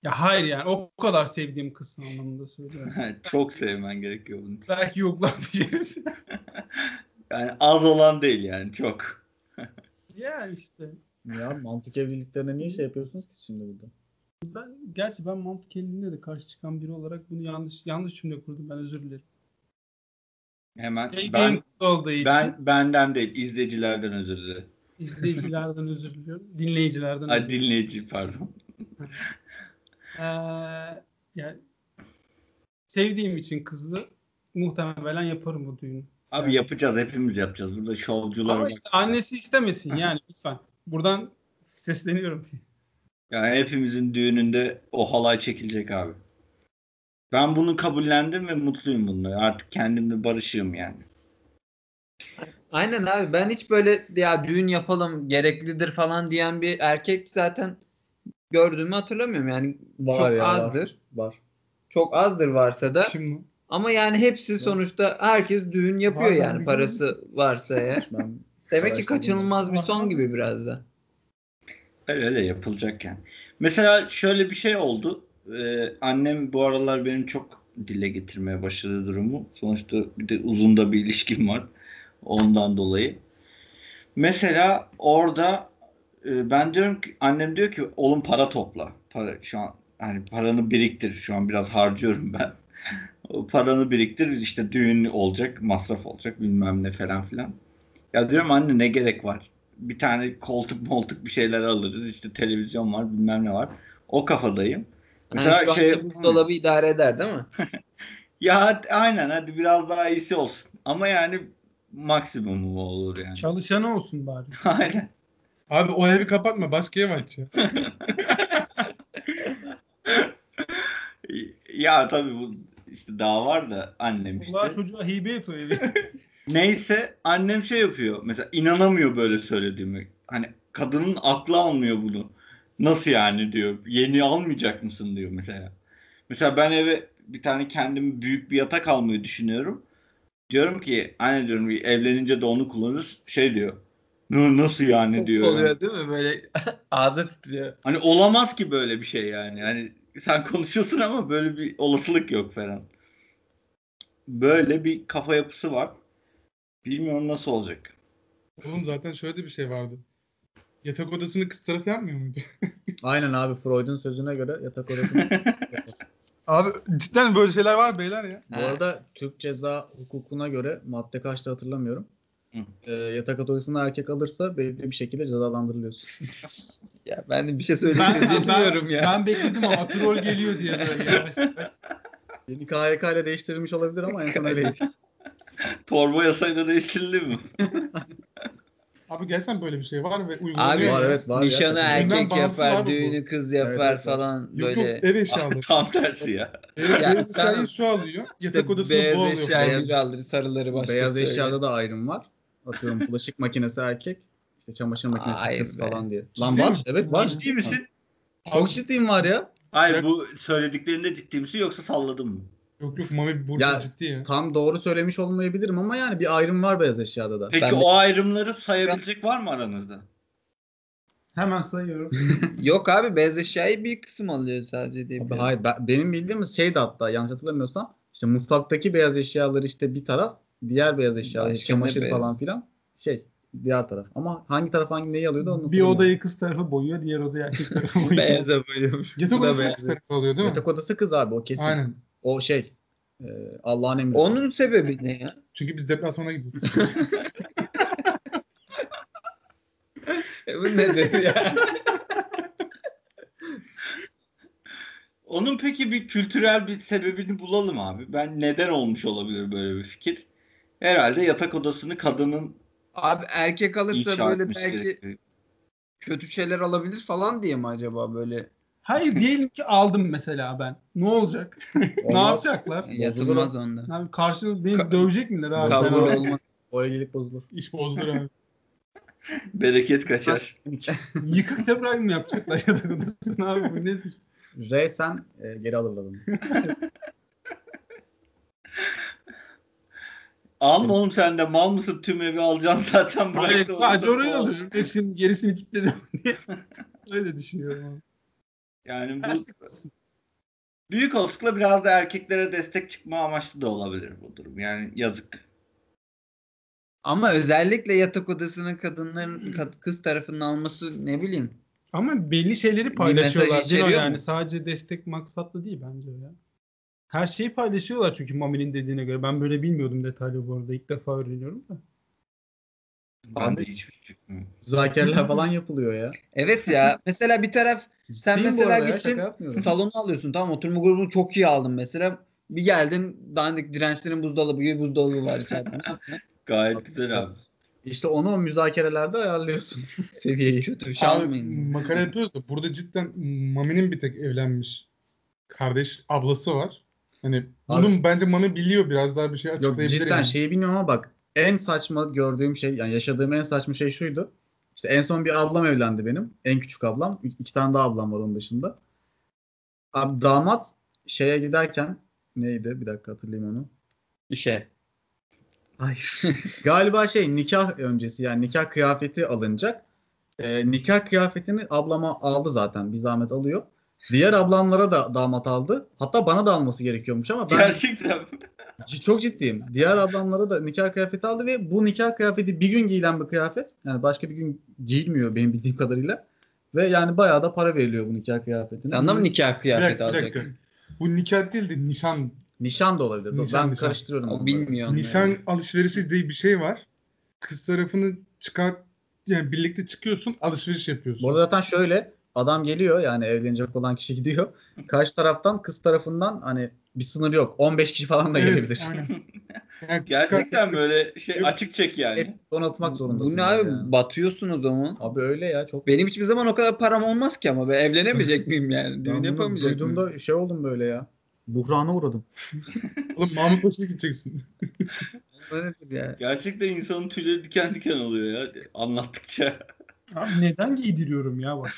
Ya hayır yani o kadar sevdiğim kız anlamında söylüyorum. Çok sevmen gerekiyor bunun için. Belki yoklanmayacağız. Yani az olan değil yani çok. Ya işte. Ya mantık evliliklerine niye şey yapıyorsunuz ki şimdi burada? Ben, gerçi ben mantık evliliğine de karşı çıkan biri olarak bunu yanlış yanlış cümle kurdum. Ben özür dilerim. Hemen Sevdiğim ben kız olduğu için ben benden değil izleyicilerden özür dilerim. izleyicilerden özür diliyorum. Dinleyicilerden Ay, özür diliyorum. dinleyici pardon. Ee, yani sevdiğim için kızı muhtemelen yaparım bu düğünü. Abi yapacağız, hepimiz yapacağız. Burada şovcular Ama var. işte annesi istemesin yani lütfen. Buradan sesleniyorum. Yani hepimizin düğününde o halay çekilecek abi. Ben bunu kabullendim ve mutluyum bununla. Artık kendimle barışığım yani. Aynen abi, ben hiç böyle ya düğün yapalım gereklidir falan diyen bir erkek zaten gördüğümü hatırlamıyorum yani. Var Çok ya, var. azdır. Var. Çok azdır varsa da. Kim bu? Ama yani hepsi sonuçta herkes düğün yapıyor Var, ben yani bir parası varsa eğer. Ben Demek ki araştırdım. kaçınılmaz bir Var, son var. gibi biraz da. Öyle öyle yapılacak yani. Mesela şöyle bir şey oldu. Ee, annem bu aralar benim çok dile getirmeye başladı durumu. Sonuçta bir de uzun da bir ilişkim var. Ondan dolayı. Mesela orada e, ben diyorum ki annem diyor ki oğlum para topla. Para şu an hani paranı biriktir. Şu an biraz harcıyorum ben. O paranı biriktir işte düğün olacak, masraf olacak bilmem ne falan filan. Ya diyorum anne ne gerek var? Bir tane koltuk moltuk bir şeyler alırız. İşte televizyon var bilmem ne var. O kafadayım. Yani şu anda buzdolabı idare eder değil mi? Ya aynen hadi biraz daha iyisi olsun. Ama yani maksimumu olur yani. Çalışanı olsun bari. Aynen. Abi o evi kapatma, başka ev aç ya. Ya tabii bu işte daha var da annem işte. Allah çocuğa hibe et o evi. Neyse annem şey yapıyor. Mesela inanamıyor böyle söylediğimi. Hani kadının aklı almıyor bunu. Nasıl yani diyor. Yeni almayacak mısın diyor mesela. Mesela ben eve bir tane kendime büyük bir yatak almayı düşünüyorum. Diyorum ki anne diyorum evlenince de onu kullanırız. Şey diyor. "N- Nasıl yani Çok diyor. oluyor değil mi? Böyle ağzı titriyor. Hani olamaz ki böyle bir şey yani. Hani sen konuşuyorsun ama böyle bir olasılık yok falan. Böyle bir kafa yapısı var. Bilmiyorum nasıl olacak. Oğlum zaten şöyle de bir şey vardı. Yatak odasını kız tarafı yapmıyor muydu? Aynen abi, Freud'un sözüne göre yatak odasını. Abi cidden böyle şeyler var beyler ya. Bu arada Türk ceza hukukuna göre madde kaçtı hatırlamıyorum. Hı. Ee, yatak odasını erkek alırsa belirli bir şekilde cezalandırılıyorsun. Ya ben de bir şey ben, söylediğini bilmiyorum ben, ya. ben bekledim ama troll geliyor diye böyle yavaş yavaş. Yeni K Y K ile değiştirilmiş olabilir ama en son öyleydi. Torba yasayla değiştirildi mi? Abi gerçekten böyle bir şey var ve uygulanıyor. Abi ya. Var, evet, var. nişanı gerçekten. Bundan erkek bağımsız yapar, abi bu. düğünü kız yapar Evet, evet, falan Yok böyle. yok ev eşyaları. Tam tersi ya. ev, Ya, ev eşyayı tamam. şu alıyor. İşte Yatak odasını beyaz bu alıyor. eşyayı Beyaz- biri alır, sarıları başkası Beyaz öyle. eşyada da ayrım var. Atıyorum bulaşık makinesi erkek, işte çamaşır makinesi Hayır kız be. falan diye. Ciddi Lan var, mi? evet var. Ciddi misin? Çok ciddiyim var ya. Hayır Ya- bu söylediklerinde ciddi misin yoksa salladın mı? Yok yok Mami burada Ya, ciddi ya. Tam doğru söylemiş olmayabilirim ama yani bir ayrım var beyaz eşyada da. Peki Ben- o ayrımları sayabilecek var mı aranızda? Hemen sayıyorum. Yok abi, beyaz eşyayı bir kısım alıyor sadece diye Abi biliyorum. hayır, ben- benim bildiğimiz şey de hatta yanlış hatırlamıyorsam işte mutfaktaki beyaz eşyaları işte bir taraf, diğer beyaz eşyalar Başka çamaşır ne falan beyaz? filan şey diğer taraf. Ama hangi taraf hangi neyi alıyordu onu Bir hatırlamıyorum. odayı kız tarafı boyuyor, diğer odayı erkek tarafı boyuyor. Beyaza boyamış. Yatak Bu da odasını beyaz. kız tarafı alıyor değil mi? Yatak odası kız abi, o kesin. Aynen. O şey e, Allah'ın emri. Onun sebebi ne ya? Çünkü biz deplasmana gidiyoruz. E, Bu nedir ya? Onun peki bir kültürel bir sebebini bulalım abi. Ben neden olmuş olabilir böyle bir fikir? Herhalde yatak odasını kadının Abi erkek alırsa inşa böyle etmesi belki gerekiyor. kötü şeyler alabilir falan diye mi acaba böyle? Hayır diyelim ki aldım mesela ben. Ne olacak? ne Olmaz. yapacaklar? Yatılmaz onda. Abi karşılığı beni Ka- dövecek miler abi? Kabul Ben- olmaz. O evlilik bozulur. İş bozdur abi. Bereket kaçar. Yıkık teprak mı yapacaklar yatak odasını abi? Bu nedir? R sen e, geri alırladın. Alma oğlum sen de mal mısın? Tüm evi alacaksın zaten. bırak Hayır da sadece orada orayı kal. alıyorum. Hepsinin gerisini kilitledim diye. Öyle düşünüyorum abi. Yani bu Terslik olsun. Büyük olasılıkla biraz da erkeklere destek çıkma amaçlı da olabilir bu durum. Yani yazık. Ama özellikle yatak odasını kadınların kad- kız tarafının alması ne bileyim. Ama belli şeyleri Bir paylaşıyorlar. mesaj Değil mi? içeriyor Yani mu? sadece destek maksatlı değil bence ya. Her şeyi paylaşıyorlar çünkü Mami'nin dediğine göre. Ben böyle bilmiyordum detaylı bu arada. İlk defa öğreniyorum da. Ben Abi- de hiçbir fikrim yok. Müzakereler falan yapılıyor ya. Evet ya. Mesela bir taraf sen Ciddiyim bu mesela arada ya, gittin şaka yapmıyorum. salonu alıyorsun, tamam, oturma grubunu çok iyi aldın mesela. Bir geldin dandik dirençlerin buzdolabı gibi buzdolabı var içeride. Ne yapacaksın? Gayet güzel abi. İşte onu o müzakerelerde ayarlıyorsun seviyeyi. Kötü bir şey Abi almayın. makara yapıyoruz da burada cidden Mami'nin bir tek evlenmiş kardeş ablası var. Hani bunun bence Mami biliyor, biraz daha bir şey Yok açıklayabilir cidden yani. şeyi bilmiyorum ama bak en saçma gördüğüm şey, yani yaşadığım en saçma şey şuydu. İşte en son bir ablam evlendi benim. En küçük ablam. İ- iki tane daha ablam var onun dışında. Abi damat şeye giderken neydi? Bir dakika hatırlayayım onu. İşe. Hayır. Galiba şey nikah öncesi, yani nikah kıyafeti alınacak. Ee, nikah kıyafetini ablama aldı zaten. Bir zahmet alıyor. Diğer ablamlara da damat aldı. Hatta bana da alması gerekiyormuş ama ben Gerçekten mi? c- çok ciddiyim. Diğer ablamlara da nikah kıyafeti aldı ve bu nikah kıyafeti bir gün giyilen bir kıyafet. Yani başka bir gün giyilmiyor benim bildiğim kadarıyla. Ve yani bayağı da para veriliyor bu nikah kıyafetine. Sen de mi nikah Bir kıyafeti dakika, bir dakika. alacaksın? Bu nikah değil de nişan. Nişan da olabilir. Dur, Nişan, ben nişan. karıştırıyorum O onları. bilmiyor onları. Nişan alışverişi diye bir şey var. Kız tarafını çıkar, yani birlikte çıkıyorsun, alışveriş yapıyorsun. Bu arada zaten şöyle adam geliyor, yani evlenecek olan kişi gidiyor. Karşı taraftan kız tarafından hani bir sınır yok. on beş kişi falan da Evet, gelebilir. aynen. Yani kız Gerçekten kardeş- böyle şey Yok. açık çek yani. Hepsini donatmak zorundasın. Bu ne abi? yani. Batıyorsun o zaman. Abi öyle ya çok. Benim hiçbir zaman o kadar param olmaz ki ama ben evlenemeyecek miyim yani? Düğün Ben bunu yapamayacak mıyım? duyduğumda şey oldum böyle ya. Buhrana uğradım. Oğlum Mahmut Paşa'ya gideceksin. Öyledir ya. Gerçekten insanın tüyleri diken diken oluyor ya anlattıkça. Abi neden giydiriyorum ya bak.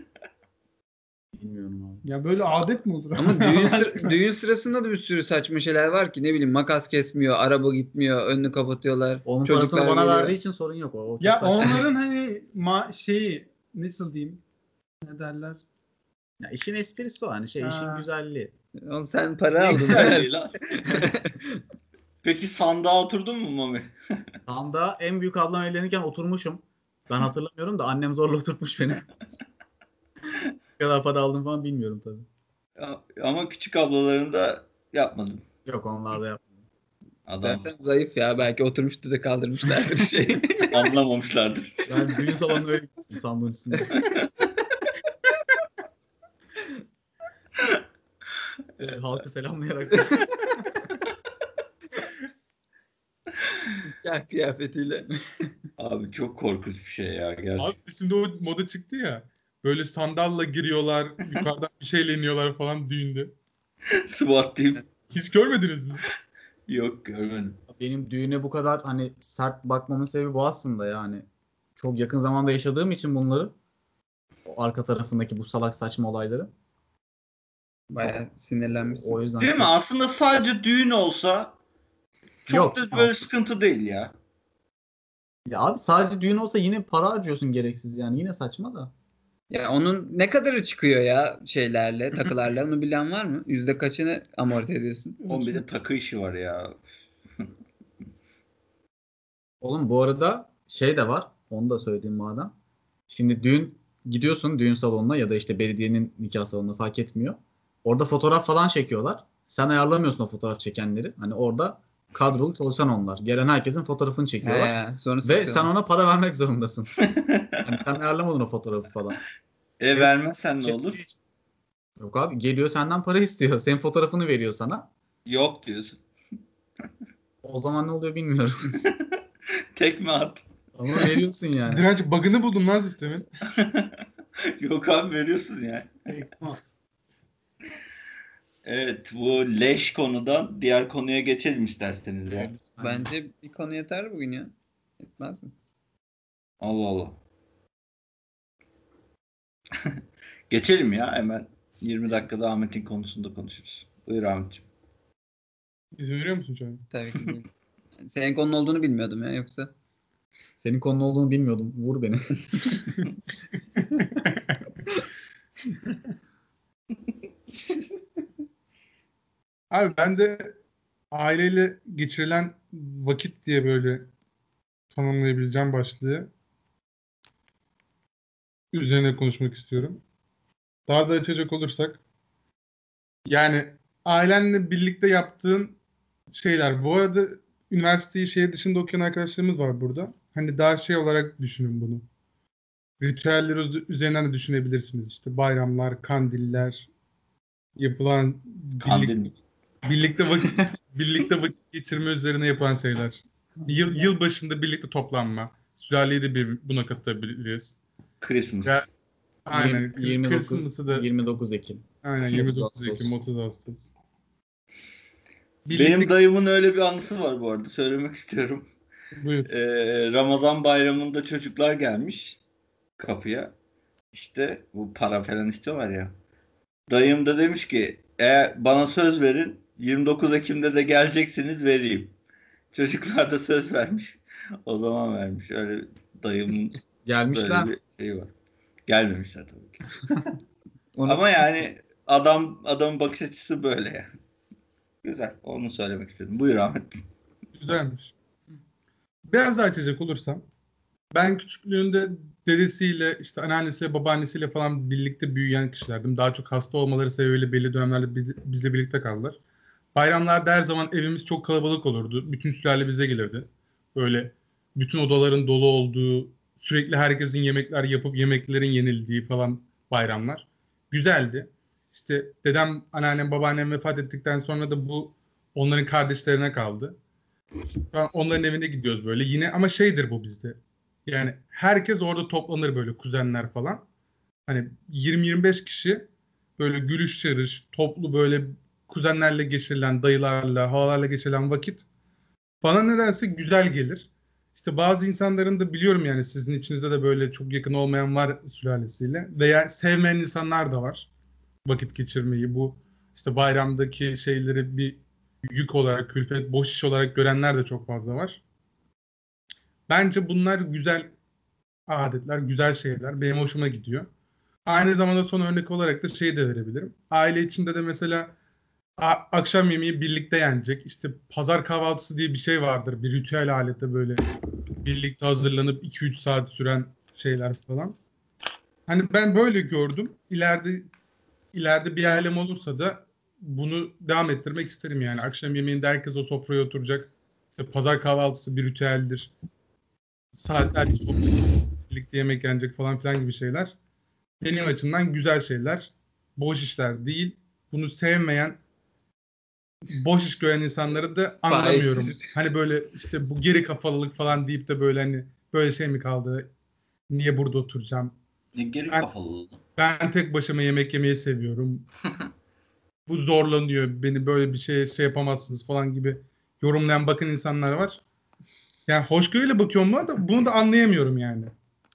Bilmiyorum abi. Ya böyle adet mi olur? Ama düğün, Allah sıra- aşkına. düğün sırasında da bir sürü saçma şeyler var ki, ne bileyim, makas kesmiyor, araba gitmiyor, önünü kapatıyorlar. Onun çocuklar parasını bana geliyor. verdiği için sorun yok. O, o çok Ya saçma. onların hani ma şeyi nasıl diyeyim? Ne derler? Ya işin esprisi o, hani şey, Ha. işin güzelliği. Oğlum sen para Ne aldın. güzelliği lan. Peki sandığa oturdun mu Mami? Tam da en büyük ablam evlenirken oturmuşum. Ben hatırlamıyorum da annem zorla oturtmuş beni. Ne kadar para aldım falan bilmiyorum tabii. Ya- Ama küçük ablalarında yapmadın. Yok onlar da yapmadım. Adam Zaten zayıf ya, belki oturmuştu da kaldırmışlardır şey. anlamamışlardır. Ben düğün salonuna öyle gittim sandığın üstünde. Ee, halkı selamlayarak. Nikah kıyafetiyle. Abi çok korkunç bir şey ya Abi gerçekten. şimdi o moda çıktı ya. Böyle sandalla giriyorlar, yukarıdan bir şeyle iniyorlar falan düğünde. SWAT team. Hiç görmediniz mi? Yok görmedim. Benim düğüne bu kadar hani sert bakmamın sebebi bu aslında yani. Çok yakın zamanda yaşadığım için bunları. O arka tarafındaki bu salak saçma olayları. Bayağı sinirlenmişsin. O yüzden Değil mi? çok- Aslında sadece düğün olsa çok Yok, da böyle tamam. sıkıntı değil ya. Ya abi sadece düğün olsa yine para harcıyorsun gereksiz yani. Yine saçma da. Ya onun ne kadarı çıkıyor ya şeylerle, takılarla, onu bilen var mı? Yüzde kaçını amorti ediyorsun? Onun bir de takı işi var ya. Oğlum bu arada şey de var. Onu da söyleyeyim madem. Şimdi düğün gidiyorsun düğün salonuna ya da işte belediyenin nikah salonuna, fark etmiyor. Orada fotoğraf falan çekiyorlar. Sen ayarlamıyorsun o fotoğraf çekenleri. Hani orada kadrolu çalışan onlar. Gelen herkesin fotoğrafını çekiyorlar. He, sonra Ve sıkıyorlar. sen ona para vermek zorundasın. Hani sen ayarlamadın o fotoğrafı falan. E vermezsen ne Şey- olur? Yok abi, geliyor senden para istiyor. Senin fotoğrafını veriyor sana. Yok diyorsun. O zaman ne oluyor bilmiyorum. Tekme at. Ama veriyorsun yani. Direnç bug'ını buldum lan sistemin. Yok abi veriyorsun yani. Evet bu leş konudan diğer konuya geçelim isterseniz ya. Bence bir konu yeter bugün ya. Yetmez mi? Allah Allah. Geçelim ya hemen. yirmi dakikada Ahmet'in konusunda konuşuruz. Buyur Ahmetciğim. İzin veriyor musun şu an? Tabii ki değil. Senin konun olduğunu bilmiyordum ya, yoksa. Senin konu olduğunu bilmiyordum. Vur beni. Abi ben de aileyle geçirilen vakit diye böyle tanımlayabileceğim başlığı üzerine konuşmak istiyorum. Daha da açacak olursak yani ailenle birlikte yaptığın şeyler. Bu arada üniversiteyi şehir dışında okuyan arkadaşlarımız var burada. Hani daha şey olarak düşünün bunu. Ritüeller üz- üzerinden de düşünebilirsiniz. İşte bayramlar, kandiller, yapılan birlik, Kandil. birlikte vakit birlikte vakit geçirme üzerine yapılan şeyler. Yıl yıl başında birlikte toplanma. Sülaleyi de bir, buna katabiliriz. Christmas. Ya, aynen. Yirmi- yirmi dokuz Christmas'ı da yirmi dokuz Ekim. aynen yirmi dokuz Ekim, otuz Ağustos. Benim Birlikte- dayımın öyle bir anısı var bu arada. Söylemek istiyorum. Buyur. Ee, Ramazan bayramında çocuklar gelmiş kapıya. İşte bu para falan istiyorlar ya. Dayım da demiş ki eğer bana söz verin yirmi dokuz Ekim'de de geleceksiniz vereyim. Çocuklar da söz vermiş. O zaman vermiş. Öyle dayımın Gelmişler. böyle bir şeyi var. Gelmemişler tabii ki. Onu- Ama yani adam adamın bakış açısı böyle yani. Güzel. Onu söylemek istedim. Buyur Ahmet. Güzelmiş. Biraz daha açacak olursam ben küçüklüğünde dedesiyle işte anneannesiyle babaannesiyle falan birlikte büyüyen kişilerdim. Daha çok hasta olmaları sebebiyle belli dönemlerde biz, bizle birlikte kaldılar. Bayramlarda her zaman evimiz çok kalabalık olurdu. Bütün sülale bize gelirdi. Böyle bütün odaların dolu olduğu, sürekli herkesin yemekler yapıp yemeklerin yenildiği falan bayramlar. Güzeldi. İşte dedem, anneannem, babaannem vefat ettikten sonra da bu onların kardeşlerine kaldı. Şu an onların evine gidiyoruz böyle. Yine ama şeydir bu bizde. Yani herkes orada toplanır böyle kuzenler falan. Hani yirmi yirmi beş kişi böyle gülüş çağırış, toplu böyle kuzenlerle geçirilen, dayılarla, halalarla geçirilen vakit bana nedense güzel gelir. İşte bazı insanların da biliyorum yani sizin içinizde de böyle çok yakın olmayan var sülalesiyle veya sevmeyen insanlar da var vakit geçirmeyi. Bu işte bayramdaki şeyleri bir yük olarak, külfet, boş iş olarak görenler de çok fazla var. Bence bunlar güzel adetler, güzel şeyler. Benim hoşuma gidiyor. Aynı zamanda son örnek olarak da şey de verebilirim. Aile içinde de mesela a- akşam yemeği birlikte yenecek. İşte pazar kahvaltısı diye bir şey vardır. Bir ritüel alette böyle birlikte hazırlanıp iki üç saat süren şeyler falan. Hani ben böyle gördüm. İleride ileride bir ailem olursa da bunu devam ettirmek isterim yani. Akşam yemeğinde herkes o sofraya oturacak. İşte pazar kahvaltısı bir ritüeldir. Saatlerce sohbet, birlikte yemek yenecek falan filan gibi şeyler. Benim açımdan güzel şeyler. Boş işler değil. Bunu sevmeyen, boş iş gören insanları da anlamıyorum. Faizdir. Hani böyle işte bu geri kafalılık falan deyip de böyle hani böyle şey mi kaldı? Niye burada oturacağım? Ne geri Ben- kafalı. Ben tek başıma yemek yemeyi seviyorum. Bu zorlanıyor. Beni böyle bir şey şey yapamazsınız falan gibi yorumlayan bakın insanlar var. Yani hoşgörüyle bakıyorum buna da bunu da anlayamıyorum yani.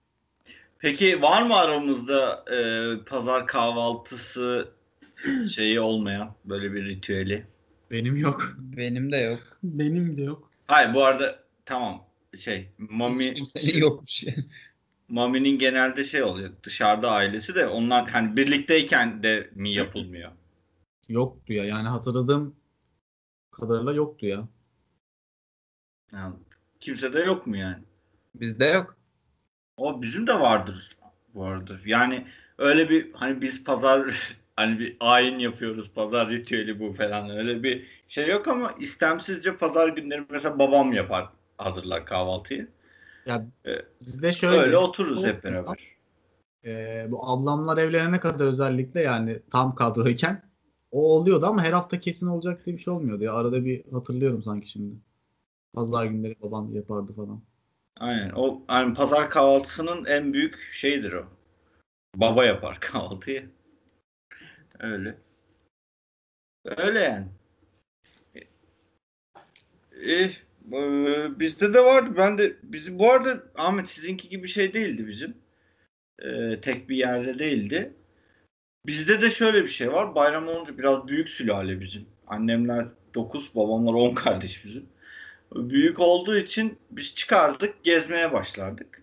Peki var mı aramızda e, pazar kahvaltısı şeyi olmayan böyle bir ritüeli? Benim yok. Benim de yok. Benim de yok. Hayır bu arada tamam şey Hiç Mami kimsenin yokmuş. Mami'nin genelde şey oluyor dışarıda ailesi de onlar hani birlikteyken de mi yapılmıyor? Yoktu ya. Yani hatırladığım kadarıyla yoktu ya. Yani kimse de yok mu yani? Bizde yok. O bizim de vardır bu arada. Yani öyle bir hani biz pazar hani bir ayin yapıyoruz pazar ritüeli bu falan öyle bir şey yok ama istemsizce pazar günleri mesela babam yapar hazırlar kahvaltıyı. Ya Ee, bizde şöyle Öyle hiç otururuz hep olmuyor. beraber. Ee, bu ablamlar evlenene kadar özellikle yani tam kadroyken o oluyordu ama her hafta kesin olacak diye bir şey olmuyordu ya. Arada bir hatırlıyorum sanki şimdi. Pazar günleri babam yapardı falan. Aynen. O hani pazar kahvaltısının en büyük şeyidir o. Baba yapar kahvaltıyı. Öyle. Öyle yani. Eh, e, bizde de vardı. Ben de bizim bu arada Ahmet sizinki gibi şey değildi bizim. Ee, tek bir yerde değildi. Bizde de şöyle bir şey var. Bayram olunca biraz büyük sülale bizim. Annemler dokuz, babamlar on kardeş bizim. Büyük olduğu için biz çıkardık, gezmeye başlardık.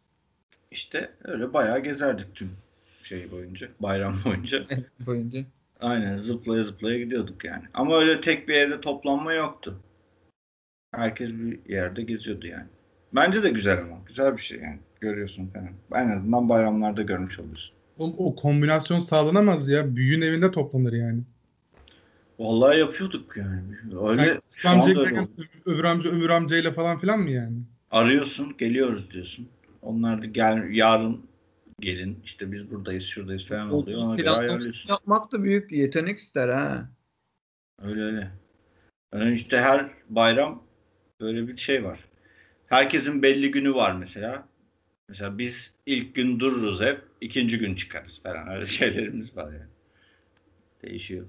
İşte öyle bayağı gezerdik tüm şey boyunca, bayram boyunca. Boyunca. Aynen zıplaya zıplaya gidiyorduk yani. Ama öyle tek bir evde toplanma yoktu. Herkes bir yerde geziyordu yani. Bence de güzel ama. Güzel bir şey yani. Görüyorsun falan. En azından bayramlarda görmüş oluyorsun. O, o kombinasyon sağlanamaz ya. Büyüğün evinde toplanır yani. Vallahi yapıyorduk yani. Sen Öyle küçük şu amcaya anda öyle giderken oldu. ö- öbür amca öbür amcayla falan filan mı yani? Arıyorsun, geliyoruz diyorsun. Onlar da gel yarın gelin. İşte biz buradayız, şuradayız falan O oluyor. Ona göre planlamasını ayarlıyorsun. yapmak da büyük yetenek ister ha. Öyle öyle. Yani işte her bayram böyle bir şey var. Herkesin belli günü var mesela. Mesela biz ilk gün dururuz hep, ikinci gün çıkarız falan. Öyle şeylerimiz var yani. Değişiyor.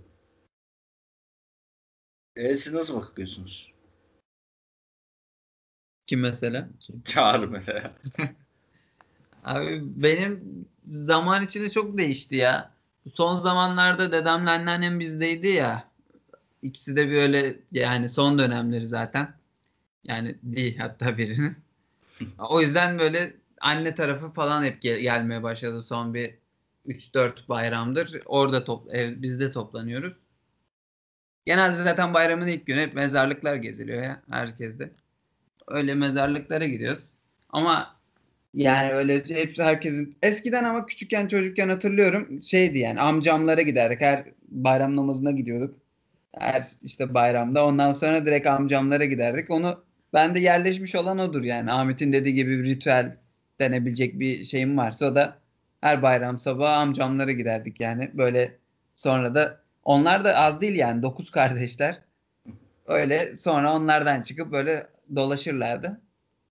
E siz nasıl bakıyorsunuz? Kim mesela? Çağrı mesela. Abi benim zaman içinde çok değişti ya. Son zamanlarda dedemle anneannem bizdeydi ya. İkisi de böyle yani son dönemleri zaten. Yani değil hatta birinin. O yüzden böyle anne tarafı falan hep gel- gelmeye başladı son bir üç dört bayramdır. Orada top ev, bizde toplanıyoruz. Genelde zaten bayramın ilk günü hep mezarlıklar geziliyor ya herkeste. Öyle mezarlıklara gidiyoruz. Ama yani öyle hep herkesin eskiden ama küçükken çocukken hatırlıyorum şeydi yani amcamlara giderdik. Her bayram namazına gidiyorduk. Her işte bayramda. Ondan sonra direkt amcamlara giderdik. Onu bende yerleşmiş olan odur yani. Ahmet'in dediği gibi bir ritüel denebilecek bir şeyim varsa o da her bayram sabahı amcamlara giderdik yani. Böyle sonra da onlar da az değil yani dokuz kardeşler. Öyle sonra onlardan çıkıp böyle dolaşırlardı.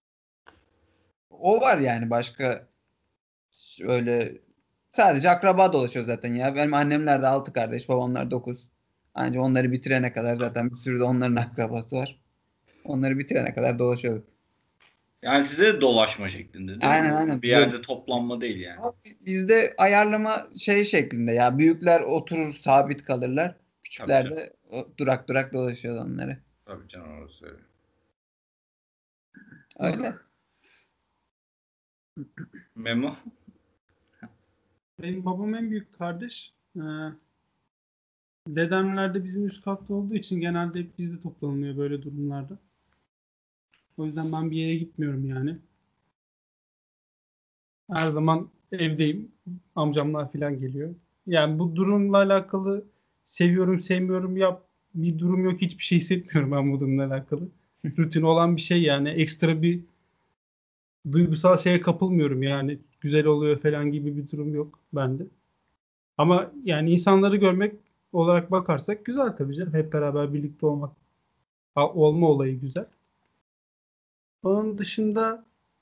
O var yani başka öyle sadece akraba dolaşıyor zaten ya. Benim annemler de altı kardeş, babamlar dokuz. Ancak onları bitirene kadar zaten bir sürü de onların akrabası var. Onları bitirene kadar dolaşıyorduk. Yani size de dolaşma şeklinde değil Aynen mi? aynen. Bir Bize, yerde toplanma değil yani. bizde ayarlama şey şeklinde ya. Büyükler oturur sabit kalırlar. Tabii Küçükler canım. de o, durak durak dolaşıyor onları. Tabii canım orası öyle. Öyle. Memo? Benim babam en büyük kardeş. Ee, dedemler de bizim üst katta olduğu için genelde hep bizde toplanılıyor böyle durumlarda. O yüzden ben bir yere gitmiyorum yani. Her zaman evdeyim. Amcamlar falan geliyor. Yani bu durumla alakalı seviyorum sevmiyorum ya bir durum yok. Hiçbir şey hissetmiyorum ben bu durumla alakalı. Rutin olan bir şey yani. Ekstra bir duygusal şeye kapılmıyorum yani. Güzel oluyor falan gibi bir durum yok bende. Ama yani insanları görmek olarak bakarsak güzel tabii canım. Hep beraber birlikte olmak olma olayı güzel. Onun dışında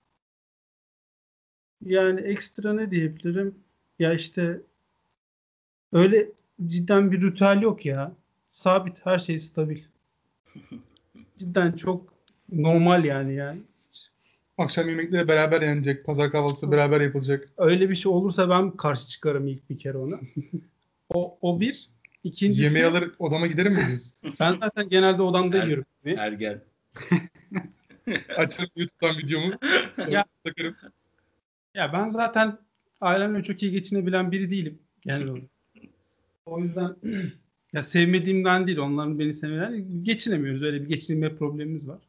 yani ekstra ne diyebilirim? Ya işte öyle cidden bir ritüel yok ya. Sabit her şey stabil. Cidden çok normal yani yani. Hiç Akşam yemekleri beraber yenecek. Pazar kahvaltısı beraber yapılacak. öyle bir şey olursa ben karşı çıkarım ilk bir kere ona. O, o bir. Yemeği İkincisi alır odama giderim mi diyorsun? ben zaten genelde odamda Er, yiyorum. ergen. Açarım YouTube'dan videomu. Ya, Takarım. ya ben zaten ailemle çok iyi geçinebilen biri değilim genel olarak. O yüzden ya sevmediğimden değil, onların beni sevmeleri geçinemiyoruz. Öyle bir geçinme problemimiz var.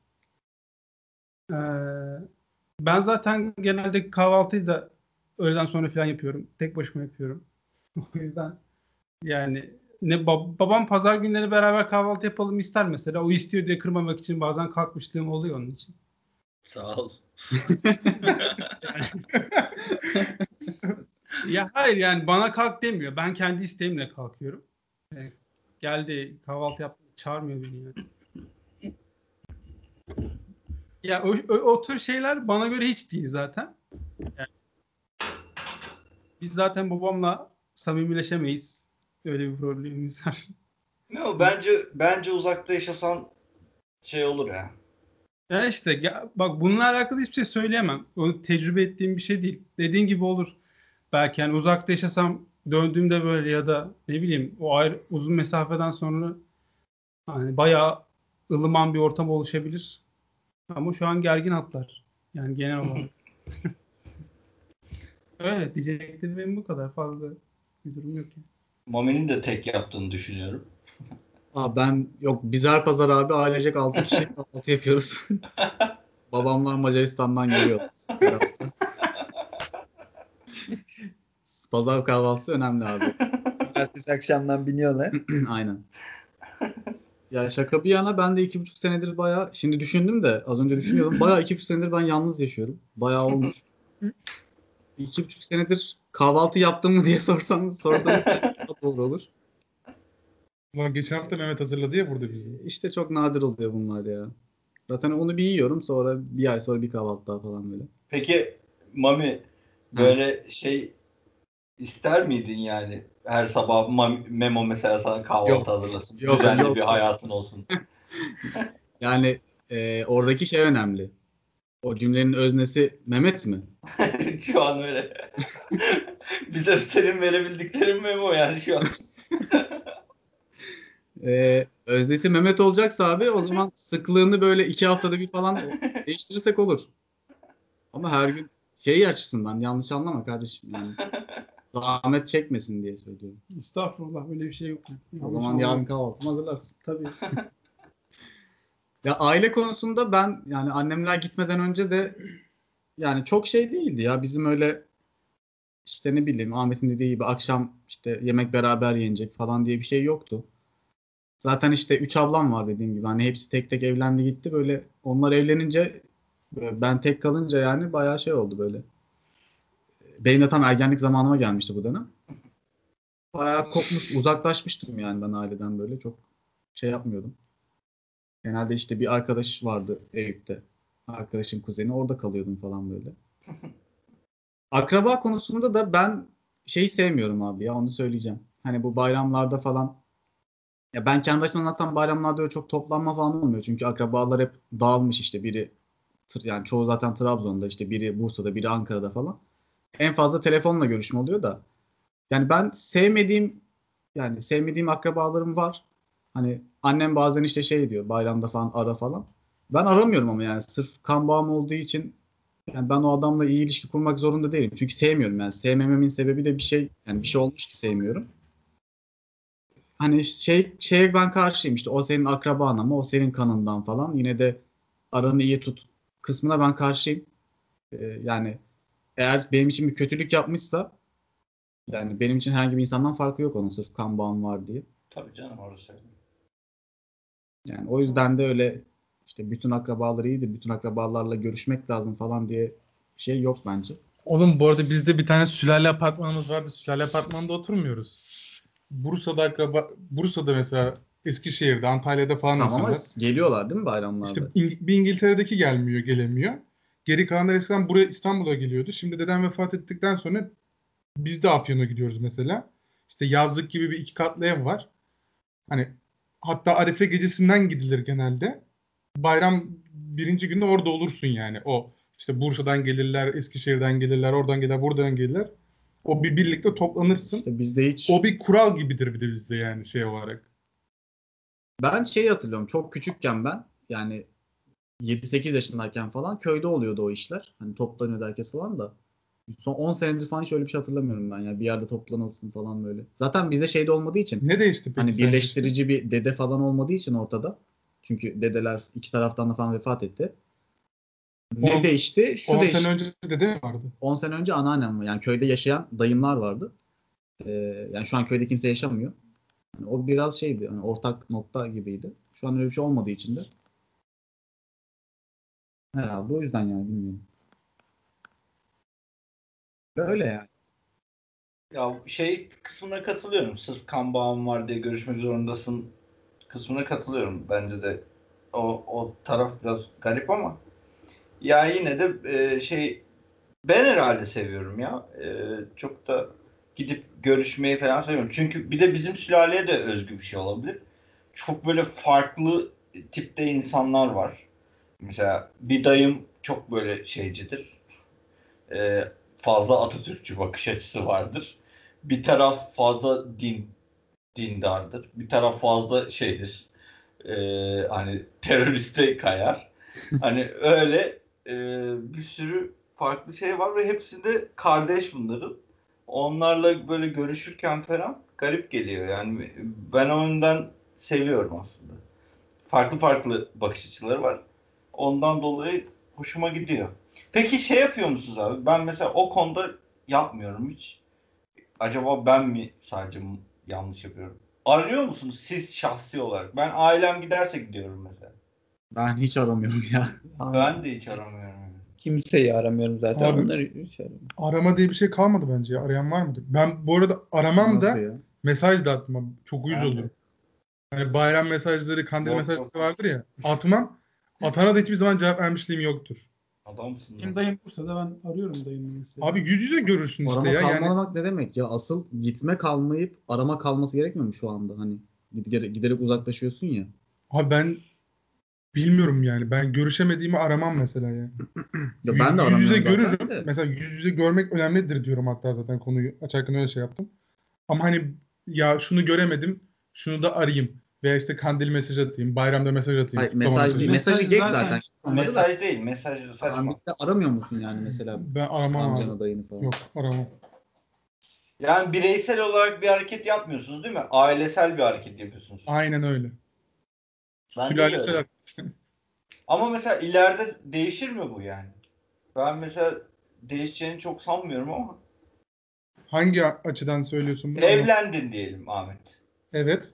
Ee, ben zaten genelde kahvaltıyı da öğleden sonra falan yapıyorum. Tek başıma yapıyorum. O yüzden yani ne bab- babam pazar günleri beraber kahvaltı yapalım ister mesela. O istiyor diye kırmamak için bazen kalkmışlığım oluyor onun için. Sağ ol. Ya hayır yani bana kalk demiyor. Ben kendi isteğimle kalkıyorum. Ee, geldi kahvaltı yap çağırmıyor beni yani. Ya o, o, o tür şeyler bana göre hiç değil zaten. Yani biz zaten babamla samimileşemeyiz. Öyle bir problemimiz var. Ne o bence bence uzakta yaşasan şey olur ya. Ya işte ya, bak bununla alakalı hiçbir şey söyleyemem. O tecrübe ettiğim bir şey değil. Dediğin gibi olur. Belki yani uzakta yaşasam döndüğümde böyle ya da ne bileyim o ayrı, uzun mesafeden sonra hani bayağı ılıman bir ortam oluşabilir. Ama şu an gergin hatlar. Yani genel olarak. Öyle diyeceklerim benim bu kadar fazla bir durum yok yani. Mami'nin de tek yaptığını düşünüyorum. Aa, ben yok biz her pazar abi ailecek altı kişi kahvaltı yapıyoruz. Babamlar Macaristan'dan geliyor. Her hafta. Pazar kahvaltısı önemli abi. Ertesi akşamdan biniyorlar. Aynen. Ya şaka bir yana ben de iki buçuk senedir bayağı şimdi düşündüm de az önce düşünüyordum. Bayağı iki buçuk senedir ben yalnız yaşıyorum. Bayağı olmuş. İki buçuk senedir kahvaltı yaptın mı diye sorsanız sorsanız daha doğru olur. Ulan geçen hafta Mehmet hazırladı ya burada bizi. İşte çok nadir oluyor bunlar ya. Zaten onu bir yiyorum sonra bir ay sonra bir kahvaltı daha falan böyle. Peki Mami böyle şey ister miydin yani? Her sabah Mami, Memo mesela sana kahvaltı Yok. hazırlasın. Yok, Düzenli yok. bir hayatın olsun. Yani e, oradaki şey önemli. O cümlenin öznesi Mehmet mi? Şu an öyle. Bize senin verebildiklerin Memo yani şu an. Ee, öznesi Mehmet olacaksa abi o zaman sıklığını böyle iki haftada bir falan değiştirirsek olur. Ama her gün şey açısından yanlış anlama kardeşim yani. Zahmet çekmesin diye söylüyorum. Estağfurullah böyle bir şey yok. O zaman yarın kahvaltımı hazırlarsın. Tabii. Ya aile konusunda ben yani annemler gitmeden önce de yani çok şey değildi ya. Bizim öyle işte ne bileyim Ahmet'in dediği gibi akşam işte yemek beraber yenecek falan diye bir şey yoktu. Zaten işte üç ablam var dediğim gibi. Hani hepsi tek tek evlendi gitti. Böyle onlar evlenince ben tek kalınca yani bayağı şey oldu böyle. Benim de tam ergenlik zamanıma gelmişti bu dönem. Bayağı kopmuş, uzaklaşmıştım yani ben aileden böyle. Çok şey yapmıyordum. Genelde işte bir arkadaş vardı Eyüp'te. Arkadaşın kuzeni orada kalıyordum falan böyle. Akraba konusunda da ben şeyi sevmiyorum abi ya onu söyleyeceğim. Hani bu bayramlarda falan ya ben kendi açımdan zaten bayramlarda öyle çok toplanma falan olmuyor. Çünkü akrabalar hep dağılmış işte biri tır- yani çoğu zaten Trabzon'da işte biri Bursa'da biri Ankara'da falan. En fazla telefonla görüşme oluyor da. Yani ben sevmediğim yani sevmediğim akrabalarım var. Hani annem bazen işte şey diyor bayramda falan ara falan. Ben aramıyorum ama yani sırf kan bağım olduğu için yani ben o adamla iyi ilişki kurmak zorunda değilim. Çünkü sevmiyorum yani sevmememin sebebi de bir şey yani bir şey olmuş ki sevmiyorum. Hani şey şeye ben karşıyım işte o senin akraban ama o senin kanından falan yine de aranı iyi tut kısmına ben karşıyım. Ee, yani eğer benim için bir kötülük yapmışsa yani benim için herhangi bir insandan farkı yok onun sırf kan bağım var diye. Tabii canım orası öyle. Yani o yüzden de öyle işte bütün akrabalar iyidir, bütün akrabalarla görüşmek lazım falan diye bir şey yok bence. Oğlum bu arada bizde bir tane sülale apartmanımız vardı. Sülale apartmanında oturmuyoruz. Bursa'da akraba, Bursa'da mesela Eskişehir'de, Antalya'da falan Tamam ama insanlar. geliyorlar değil mi İşte bayramlarda? İng- bir İngiltere'deki gelmiyor, gelemiyor. Geri kalanlar eskiden buraya İstanbul'a geliyordu. Şimdi dedem vefat ettikten sonra biz de Afyon'a gidiyoruz mesela. İşte yazlık gibi bir iki katlı ev var. Hani hatta Arife gecesinden gidilir genelde. Bayram birinci günde orada olursun yani. O işte Bursa'dan gelirler, Eskişehir'den gelirler, oradan gelirler, buradan gelirler. O bir birlikte toplanırsın. İşte bizde hiç O bir kural gibidir bir de bizde yani şey olarak. ben şeyi hatırlıyorum çok küçükken ben yani yedi sekiz yaşındayken falan köyde oluyordu o işler. Hani toplanıyordu herkes falan da. Son on senedir falan hiç öyle bir şey hatırlamıyorum ben ya. Bir yerde toplanılsın falan böyle. Zaten bizde şeyde olmadığı için Ne değişti peki hani sence birleştirici bir dede falan olmadığı için ortada. Çünkü dedeler iki taraftan da falan vefat etti. Ne On- değişti? Şu on sene değişti. önce dede mi vardı? on sene önce anneannem var. Yani köyde yaşayan dayımlar vardı. Ee, yani şu an köyde kimse yaşamıyor. Yani o biraz şeydi. Hani ortak nokta gibiydi. Şu an öyle bir şey olmadığı için de. Herhalde o yüzden yani bilmiyorum. Böyle yani. Ya şey kısmına katılıyorum. Sırf kan bağım var diye görüşmek zorundasın kısmına katılıyorum. Bence de o, o taraf biraz garip ama ya yine de e, şey ben herhalde seviyorum ya. E, çok da gidip görüşmeyi falan seviyorum. Çünkü bir de bizim sülaleye de özgü bir şey olabilir. Çok böyle farklı tipte insanlar var. Mesela bir dayım çok böyle şeycidir. E, fazla Atatürkçü bakış açısı vardır. Bir taraf fazla din dindardır. Bir taraf fazla şeydir. E, hani teröriste kayar. Hani öyle e, bir sürü farklı şey var ve hepsinde kardeş bunların. onlarla böyle görüşürken falan garip geliyor. Yani ben o yönden seviyorum aslında. Farklı farklı bakış açıları var. Ondan dolayı hoşuma gidiyor. Peki şey yapıyor musunuz abi? Ben mesela o konuda yapmıyorum hiç. Acaba ben mi sadece yanlış yapıyorum? Arıyor musunuz siz şahsi olarak? Ben ailem giderse gidiyorum mesela. Ben hiç aramıyorum ya. Ben de hiç aramıyorum. Kimseyi aramıyorum zaten. Abi- Onları hiç aramıyorum. Arama diye bir şey kalmadı bence ya. Arayan var mıdır? Ben bu arada aramam Nasıl da ya? mesaj da atmam. Çok uyuz Ben de. olurum. Hani bayram mesajları, kandil Yok, mesajları yok. vardır ya. Atmam. Atana da hiçbir zaman cevap vermişliğim yoktur. Adamsın. Benim ya. dayım Bursa'da ben arıyorum dayımı mesela. Abi yüz yüze görürsün işte Arama ya. Yani kalmalamak ne demek ya? Asıl gitme kalmayıp arama kalması gerekmiyor mu şu anda? Hani giderek, giderek uzaklaşıyorsun ya. abi ben bilmiyorum yani. Ben görüşemediğimi aramam mesela ya. Ya ben de Yüz yüze aramıyorum görürüm. zaten de. Mesela yüz yüze görmek önemlidir diyorum hatta zaten konuyu açarken öyle şey yaptım. Ama hani ya şunu göremedim, şunu da arayayım. Veya işte kandil mesaj atayım, bayramda mesaj atayım. Hayır, kutlama mesaj mesajı. değil. Mesaj Mesajı geç zaten- zaten. Onları da Mesaj değil, mesaj saçma. Andik'te aramıyor musun yani mesela Ben aramam abi. amcanı dayını falan? Yok aramam. Yani bireysel olarak bir hareket yapmıyorsunuz değil mi? Ailesel bir hareket yapıyorsunuz. Aynen öyle. Bence de Sülalesel öyle. hareket. Ama mesela ileride değişir mi bu yani? Ben mesela değişeceğini çok sanmıyorum ama. Hangi a- açıdan söylüyorsun bunu? Evlendin diyelim Ahmet. Evet.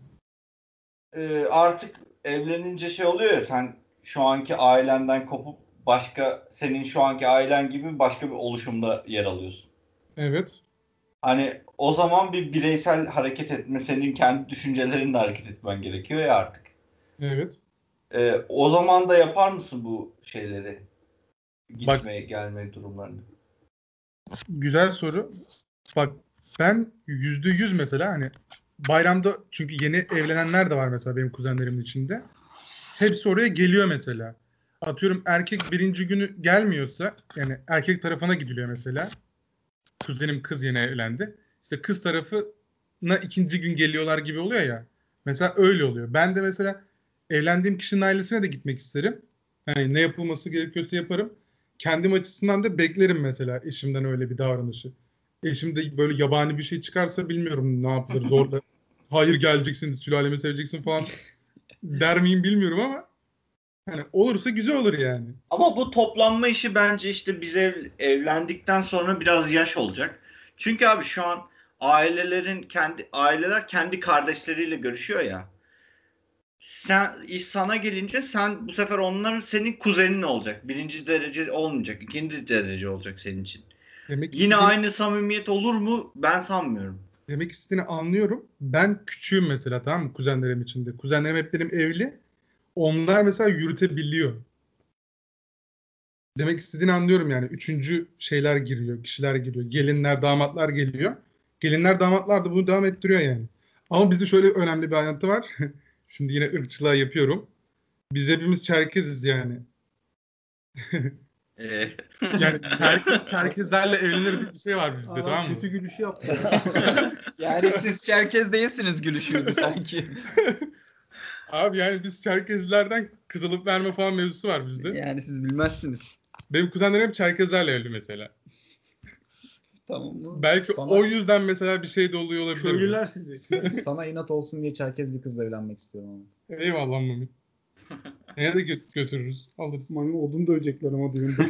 Ee, artık evlenince şey oluyor ya, sen şu anki ailenden kopup başka, senin şu anki ailen gibi başka bir oluşumda yer alıyorsun. Evet. Hani o zaman bir bireysel hareket etme, senin kendi düşüncelerinle hareket etmen gerekiyor ya artık. Evet. Ee, o zaman da yapar mısın bu şeyleri? Bak- Gitme gelme durumlarını. Güzel soru. Bak ben yüzde yüz mesela hani bayramda çünkü yeni evlenenler de var mesela benim kuzenlerimin içinde. Hepsi oraya geliyor mesela. Atıyorum erkek birinci günü gelmiyorsa yani erkek tarafına gidiliyor mesela. Kuzenim kız yeni evlendi. İşte kız tarafına ikinci gün geliyorlar gibi oluyor ya. Mesela öyle oluyor. Ben de mesela evlendiğim kişinin ailesine de gitmek isterim. Yani ne yapılması gerekiyorsa yaparım. Kendim açısından da beklerim mesela eşimden öyle bir davranışı. Eşim de böyle yabani bir şey çıkarsa bilmiyorum ne yapılır zorla. Hayır geleceksin, sülalemi seveceksin falan der miyim bilmiyorum ama hani olursa güzel olur yani. Ama bu toplanma işi bence işte biz ev, evlendikten sonra biraz yaş olacak. Çünkü abi şu an ailelerin kendi aileler kendi kardeşleriyle görüşüyor ya. Sen iş sana gelince sen bu sefer onların senin kuzenin olacak. Birinci derece olmayacak, ikinci derece olacak senin için. Demek Yine istediğini, aynı samimiyet olur mu? Ben sanmıyorum. demek istediğini anlıyorum. Ben küçüğüm mesela tamam mı kuzenlerim içinde. Kuzenlerim hep benim evli. Onlar mesela yürütebiliyor. Demek istediğini anlıyorum yani. Üçüncü şeyler giriyor, kişiler giriyor. Gelinler, damatlar geliyor. Gelinler, damatlar da bunu devam ettiriyor yani. Ama bizde şöyle önemli bir ayrıntı var. Şimdi yine ırkçılığa yapıyorum. Biz hepimiz Çerkeziz yani. Ee, Yani Çerkez, Çerkezlerle evlenir diye bir şey var bizde Adam tamam mı? kötü gülüşü yaptı. Yani siz Çerkez değilsiniz gülüşüydü sanki. Abi yani biz Çerkezlerden kız alıp verme falan mevzusu var bizde. Yani siz bilmezsiniz. Benim kuzenlerim Çerkezlerle evli mesela. Tamam mı? Belki Sana- o yüzden mesela bir şey de oluyor olabilir. Köylüler sizi. Sana inat olsun diye Çerkez bir kızla evlenmek istiyorum ama. Eyvallah Mami. Nereye de gö- götürürüz? Alırız. Mami odun dövecekler ama düğünde.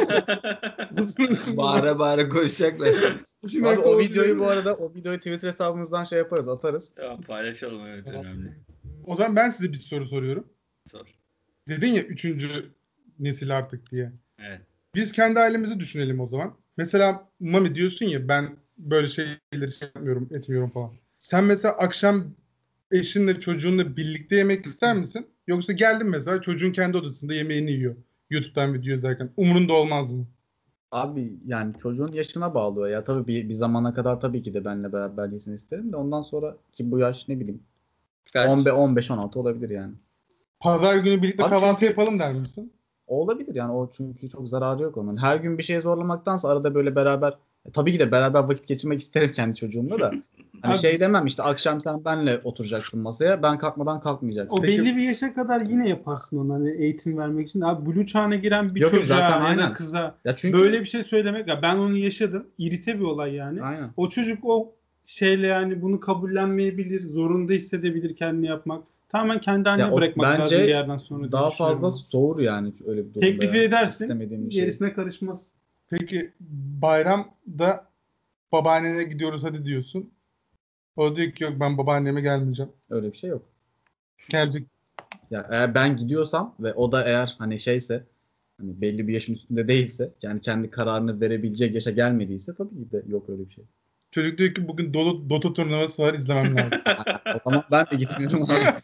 Bağıra bağıra koşacaklar. Abi o videoyu bu arada o videoyu Twitter hesabımızdan şey yaparız, atarız. Tamam, paylaşalım, evet, önemli. O zaman ben size bir soru soruyorum. Sor. Dedin ya üçüncü nesil artık diye. Evet. Biz kendi ailemizi düşünelim o zaman. Mesela Mami diyorsun ya ben böyle şeyleri şey yapmıyorum, etmiyorum falan. Sen mesela akşam eşinle çocuğunla birlikte yemek ister misin? Yoksa geldin mesela çocuğun kendi odasında yemeğini yiyor. YouTube'dan video izlerken. Umurunda olmaz mı? Abi yani çocuğun yaşına bağlı o ya. Tabii bir, bir zamana kadar tabii ki de benimle beraber yesin isterim de ondan sonra ki bu yaş ne bileyim Kaç? on beş on altı olabilir yani. Pazar günü birlikte Abi kahvaltı çünkü- yapalım der misin? O olabilir yani o çünkü çok zararı yok onun. Her gün bir şey zorlamaktansa arada böyle beraber e, tabii ki de beraber vakit geçirmek isterim kendi çocuğumla da. Hani Abi- şey demem işte akşam sen benle oturacaksın masaya. Ben kalkmadan kalkmayacaksın. O belli bir yaşa kadar yine yaparsın onu hani eğitim vermek için. Abi blue çağına giren bir Yok, yok, çocuğa zaten ya da aynen. kıza Ya çünkü böyle bir şey söylemek, ya ben onu yaşadım. İrite bir olay yani. aynen. O çocuk o şeyle yani bunu kabullenmeyebilir, zorunda hissedebilir kendini yapmak. Tamamen kendi haline Ya o bırakmak bence lazım bir yerden sonra diye Daha düşünüyorum fazla ben. soğur yani öyle bir durumda. Teklifi ya. edersin, İstemediğim bir şey. gerisine karışmaz. Peki bayramda babaannene gidiyoruz hadi diyorsun. O diyor ki yok ben babaanneme gelmeyeceğim. Öyle bir şey yok. Gelecek. Ya eğer ben gidiyorsam ve o da eğer hani şeyse hani belli bir yaşın üstünde değilse yani kendi kararını verebilecek yaşa gelmediyse tabii ki de yok öyle bir şey. Çocuk diyor ki bugün Dota, Dota turnuvası var izlemem lazım. O zaman ben de gitmiyorum abi.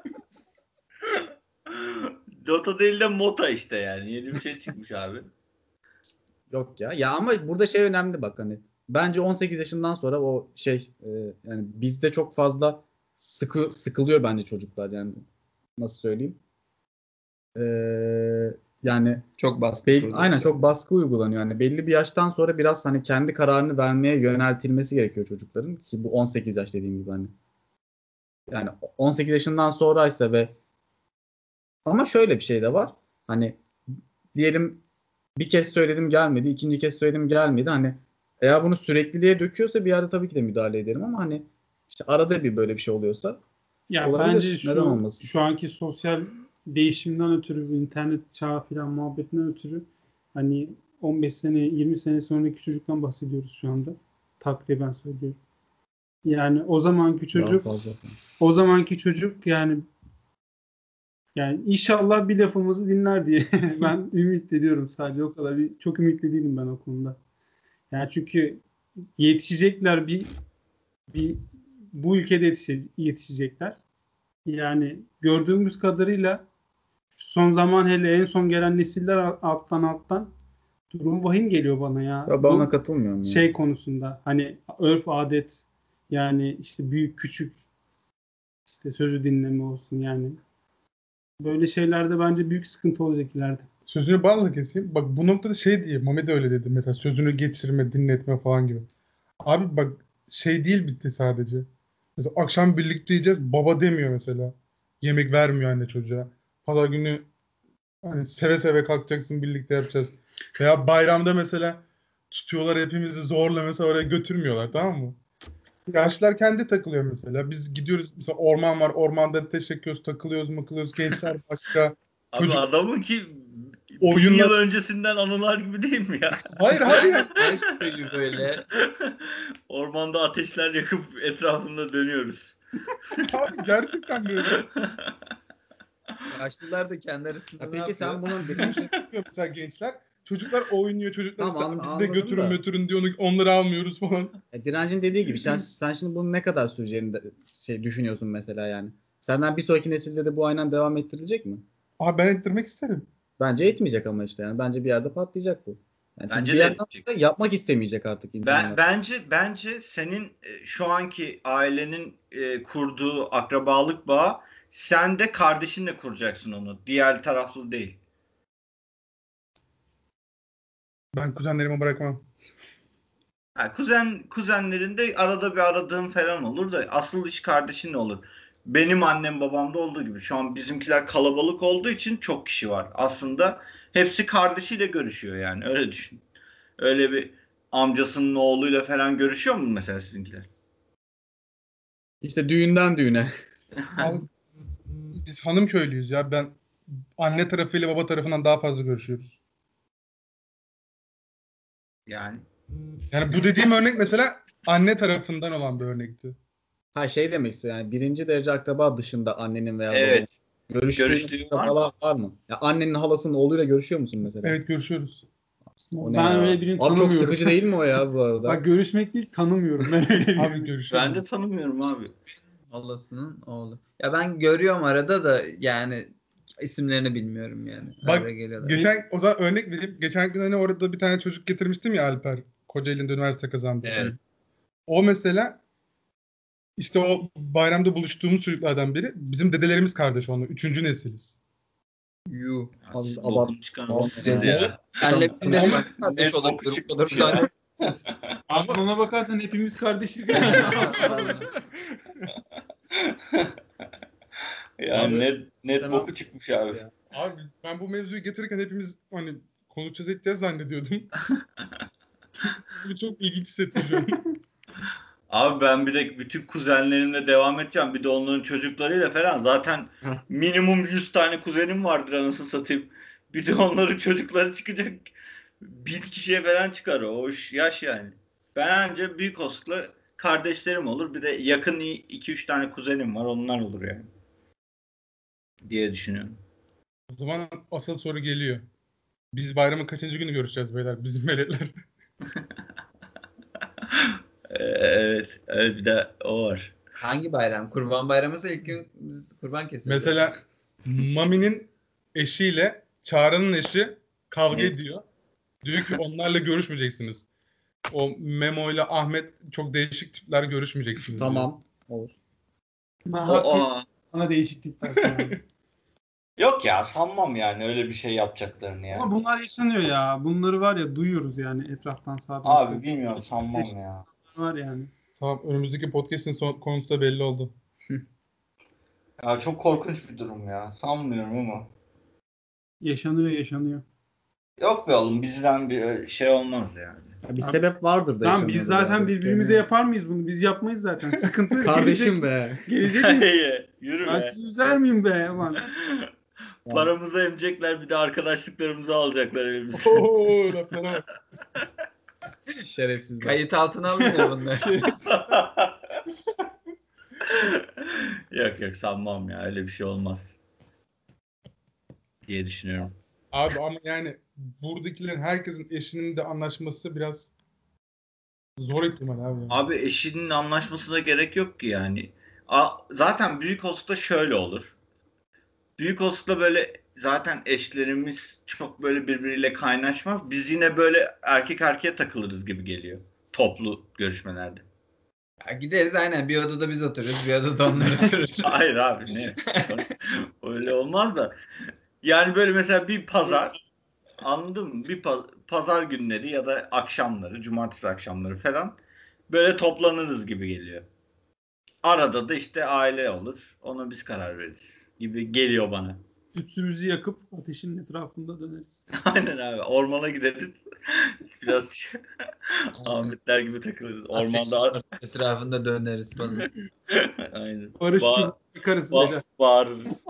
Dota değil de Mota işte yani. Yeni bir şey çıkmış abi. Yok ya. Ya ama burada şey önemli bak hani. Bence on sekiz yaşından sonra o şey e, yani bizde çok fazla sıkı sıkılıyor bence çocuklar yani. Nasıl söyleyeyim? Ee, yani Çok baskı. Bel- kuruluyor. aynen çok baskı uygulanıyor. Yani belli bir yaştan sonra biraz hani kendi kararını vermeye yöneltilmesi gerekiyor çocukların ki bu on sekiz yaş dediğim gibi hani. Yani on sekiz yaşından sonraysa ve ama şöyle bir şey de var. Hani diyelim bir kez söyledim gelmedi, ikinci kez söyledim gelmedi. Hani eğer bunu sürekliliğe döküyorsa bir yerde tabii ki de müdahale ederim ama hani işte arada bir böyle bir şey oluyorsa Ya olabilir. bence Neden şu olmasın? şu anki sosyal değişimden ötürü, bu internet çağı falan muhabbetinden ötürü hani on beş sene, yirmi sene sonraki çocuktan bahsediyoruz şu anda. Takriben söylüyorum. Yani o zamanki çocuk, Daha fazla. o zamanki çocuk yani yani inşallah bir lafımızı dinler diye ben ümit ediyorum sadece o kadar. Bir, çok ümitli değilim ben o konuda. Yani çünkü yetişecekler bir bir bu ülkede yetişe, yetişecekler. Yani gördüğümüz kadarıyla son zaman hele en son gelen nesiller alttan alttan durum vahim geliyor bana ya. Ya ben ona Bu katılmıyorum. şey Yani. konusunda hani örf adet yani işte büyük küçük işte sözü dinleme olsun yani. Böyle şeylerde bence büyük sıkıntı olacak ileride. Sözünü balla keseyim. Bak bu noktada şey diye Mami de öyle dedi mesela sözünü geçirme, dinletme falan gibi. Abi bak şey değil bitti sadece. Mesela akşam birlikte yiyeceğiz baba demiyor mesela. Yemek vermiyor anne çocuğa. Pazar günü hani seve seve kalkacaksın birlikte yapacağız. Veya bayramda mesela tutuyorlar hepimizi zorla mesela oraya götürmüyorlar tamam mı? Yaşlılar kendi takılıyor mesela. Biz gidiyoruz mesela orman var ormanda teşekkürüz takılıyoruz makılıyoruz gençler başka. Abi Çocuk adamın ki bin oyunlar- yıl öncesinden anılar gibi değil mi ya? hayır abi ya. Her şeyi böyle. Ormanda ateşler yakıp etrafında dönüyoruz. Abi gerçekten böyle. Yaşlılar da kendi arasında Ya ne peki sen yapıyor? bunun Yapıyor mesela gençler. Çocuklar oynuyor çocuklar Tamam, işte an- bizi de anladım götürün da. götürün diyor onu- onları almıyoruz falan. E, Direncin dediği gibi sen, sen şimdi bunu ne kadar süreceğini de, şey düşünüyorsun mesela yani. Senden bir sonraki nesilde de bu aynen devam ettirilecek mi? Abi ben ettirmek isterim. Bence etmeyecek ama işte yani. Bence bir yerde patlayacak bu. Yani çünkü Bence bir de yerden etmeyecek. sonra yapmak istemeyecek artık insanlar. Ben bence bence senin e, şu anki ailenin e, kurduğu akrabalık bağı sen de kardeşinle kuracaksın onu. Diğer taraflı değil. Ben kuzenlerime bırakmam. Ha, kuzen kuzenlerinde arada bir aradığım falan olur da asıl iş kardeşinle olur. Benim annem babamda olduğu gibi şu an bizimkiler kalabalık olduğu için çok kişi var. Aslında hepsi kardeşiyle görüşüyor yani öyle düşün. Öyle bir amcasının oğluyla falan görüşüyor mu mesela sizinkiler? İşte düğünden düğüne. Abi, biz hanım köylüyüz ya. Ben anne tarafıyla baba tarafından daha fazla görüşüyoruz. Yani Yani bu dediğim örnek mesela anne tarafından olan bir örnekti. Ha şey demek istiyor yani birinci derece akraba dışında annenin veya babanın evet. görüştüğün Görüştüğün var mı? akrabalar var mı? Ya annenin halasının oğluyla görüşüyor musun mesela? Evet görüşüyoruz. O ne Ben ya? öyle birini Abi çok tanımıyorum. sıkıcı değil mi o ya bu arada? Bak görüşmek değil tanımıyorum ben öyle birini. Abi görüşüyoruz. Ben de tanımıyorum abi. Halasının oğlu. Ya ben görüyorum arada da yani isimlerini bilmiyorum yani. Bak, Arada geliyorlar. Geçen o zaman örnek vereyim. Geçen gün hani orada bir tane çocuk getirmiştim ya Alper. Kocaeli'nde üniversite kazandı. Evet. O mesela işte o bayramda buluştuğumuz çocuklardan biri. Bizim dedelerimiz kardeş onunla. Üçüncü nesiliz. Yuh. Az Siz abart- bokunu çıkarmışsınız Ama- ya. Senle bir Ama- nasıl kardeş Net boku olabilir? Bu çıkmış kadar ya. tane Abi ona bakarsan hepimiz kardeşiz yani. Yani Abi, net, net tamam. boku çıkmış abi. Ya. Abi ben bu mevzuyu getirirken hepimiz hani konuşacağız edeceğiz zannediyordum. Bu çok ilginç hissettim şu an. Abi ben bir de bütün kuzenlerimle devam edeceğim. Bir de onların çocuklarıyla falan. Zaten minimum yüz tane kuzenim vardır anasını satayım. Bir de onların çocukları çıkacak. Bin kişiye falan çıkar o. O iş- yaş yani. Ben anca büyük oskla kardeşlerim olur. Bir de yakın iki üç tane kuzenim var. Onlar olur yani. Diye düşünüyorum. O zaman asıl soru geliyor. Biz bayramın kaçıncı günü görüşeceğiz beyler? Bizim melekler. Ee, evet. Evet bir de o var. Hangi bayram? Kurban bayramıysa ilk gün biz kurban kesiyoruz. Mesela Mami'nin eşiyle Çağrı'nın eşi kavga Evet. ediyor. Diyor ki onlarla görüşmeyeceksiniz. O Memo ile Ahmet çok değişik tipler görüşmeyeceksiniz. diyor. Tamam. Olur. Ben O, haklı. o- Bana değişik tipler sanırım. Yok ya sanmam yani öyle bir şey yapacaklarını yani. Ama bunlar yaşanıyor ya. Bunları var ya duyuyoruz yani etraftan sağdan. Abi soldan. bilmiyorum sanmam ya. Var yani. Tamam, önümüzdeki podcast'in son, konusu da belli oldu. Ya çok korkunç bir durum ya. Sanmıyorum ama. Yaşanıyor yaşanıyor. Yok be oğlum bizden bir şey olmaz yani. Ya bir Abi- sebep vardır da. Tamam biz yaşanıyordur zaten abi. birbirimize yapar mıyız bunu? Biz yapmayız zaten. Sıkıntı Kardeşim gelecek, be. gelecek mi? Yürü Ben be. sizi üzer miyim be? Aman. Paramızı emecekler bir de arkadaşlıklarımızı alacaklar elimizden. Oo, laflara bak. Şerefsizler. Kayıt altına alınıyor bunlar. Yok yok sanmam ya öyle bir şey olmaz. Diye düşünüyorum. Abi ama yani buradakilerin herkesin eşinin de anlaşması biraz zor ihtimal abi. Yani. Abi eşinin anlaşmasına gerek yok ki yani. A- zaten büyük hosta şöyle olur. Büyük hostla böyle zaten eşlerimiz çok böyle birbiriyle kaynaşmaz. Biz yine böyle erkek erkeğe takılırız gibi geliyor. Toplu görüşmelerde. Ya gideriz aynen bir odada biz otururuz bir odada onlar oturur. Hayır abi ne? Öyle olmaz da. Yani böyle mesela bir pazar anladın mı? Bir pa- pazar günleri ya da akşamları, cumartesi akşamları falan böyle toplanırız gibi geliyor. Arada da işte aile olur. Ona biz karar veririz gibi geliyor bana. Tütsümüzü yakıp ateşin etrafında döneriz. Aynen abi. Ormana gideriz. Biraz Ahmetler gibi takılırız. Ormanda Ateşin etrafında döneriz falan. aynen. Barış Ba- için yıkarız ba- beyler. bağırırız.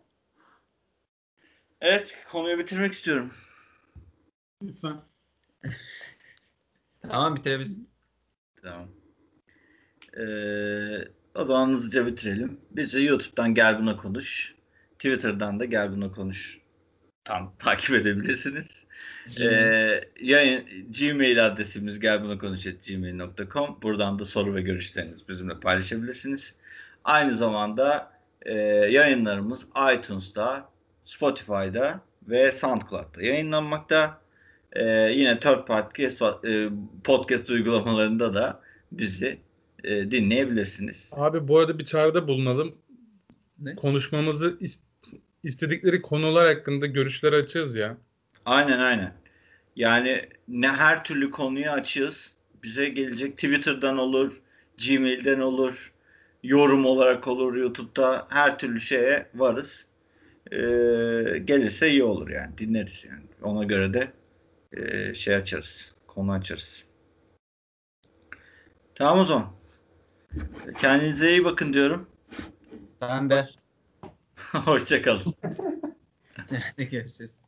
Evet, konuyu bitirmek istiyorum. Lütfen. Tamam bitirebilirsin. Tamam. Ee, o zaman hızlıca bitirelim. Bizi YouTube'dan Gel Buna Konuş. Twitter'dan da Gel Buna Konuş. Tam takip edebilirsiniz. Ee, yayın, Gmail adresimiz gelbunakonuş at gmail nokta com. Buradan da soru ve görüşlerinizi bizimle paylaşabilirsiniz. Aynı zamanda e, yayınlarımız iTunes'ta, Spotify'da ve SoundCloud'da yayınlanmakta. E, yine third party e, podcast uygulamalarında da bizi e, dinleyebilirsiniz. Abi bu arada bir çağrıda bulunalım. Ne? Konuşmamızı is- istedikleri konular hakkında görüşleri açığız ya. Aynen aynen. Yani ne her türlü konuyu açığız. Bize gelecek Twitter'dan olur, Gmail'den olur, yorum olarak olur YouTube'da her türlü şeye varız. Ee, gelirse iyi olur yani dinleriz yani. Ona göre de e, şey açarız, konu açarız. Tamam o zaman. Kendinize iyi bakın diyorum. Sen de. Hoşça kalın. Görüşürüz.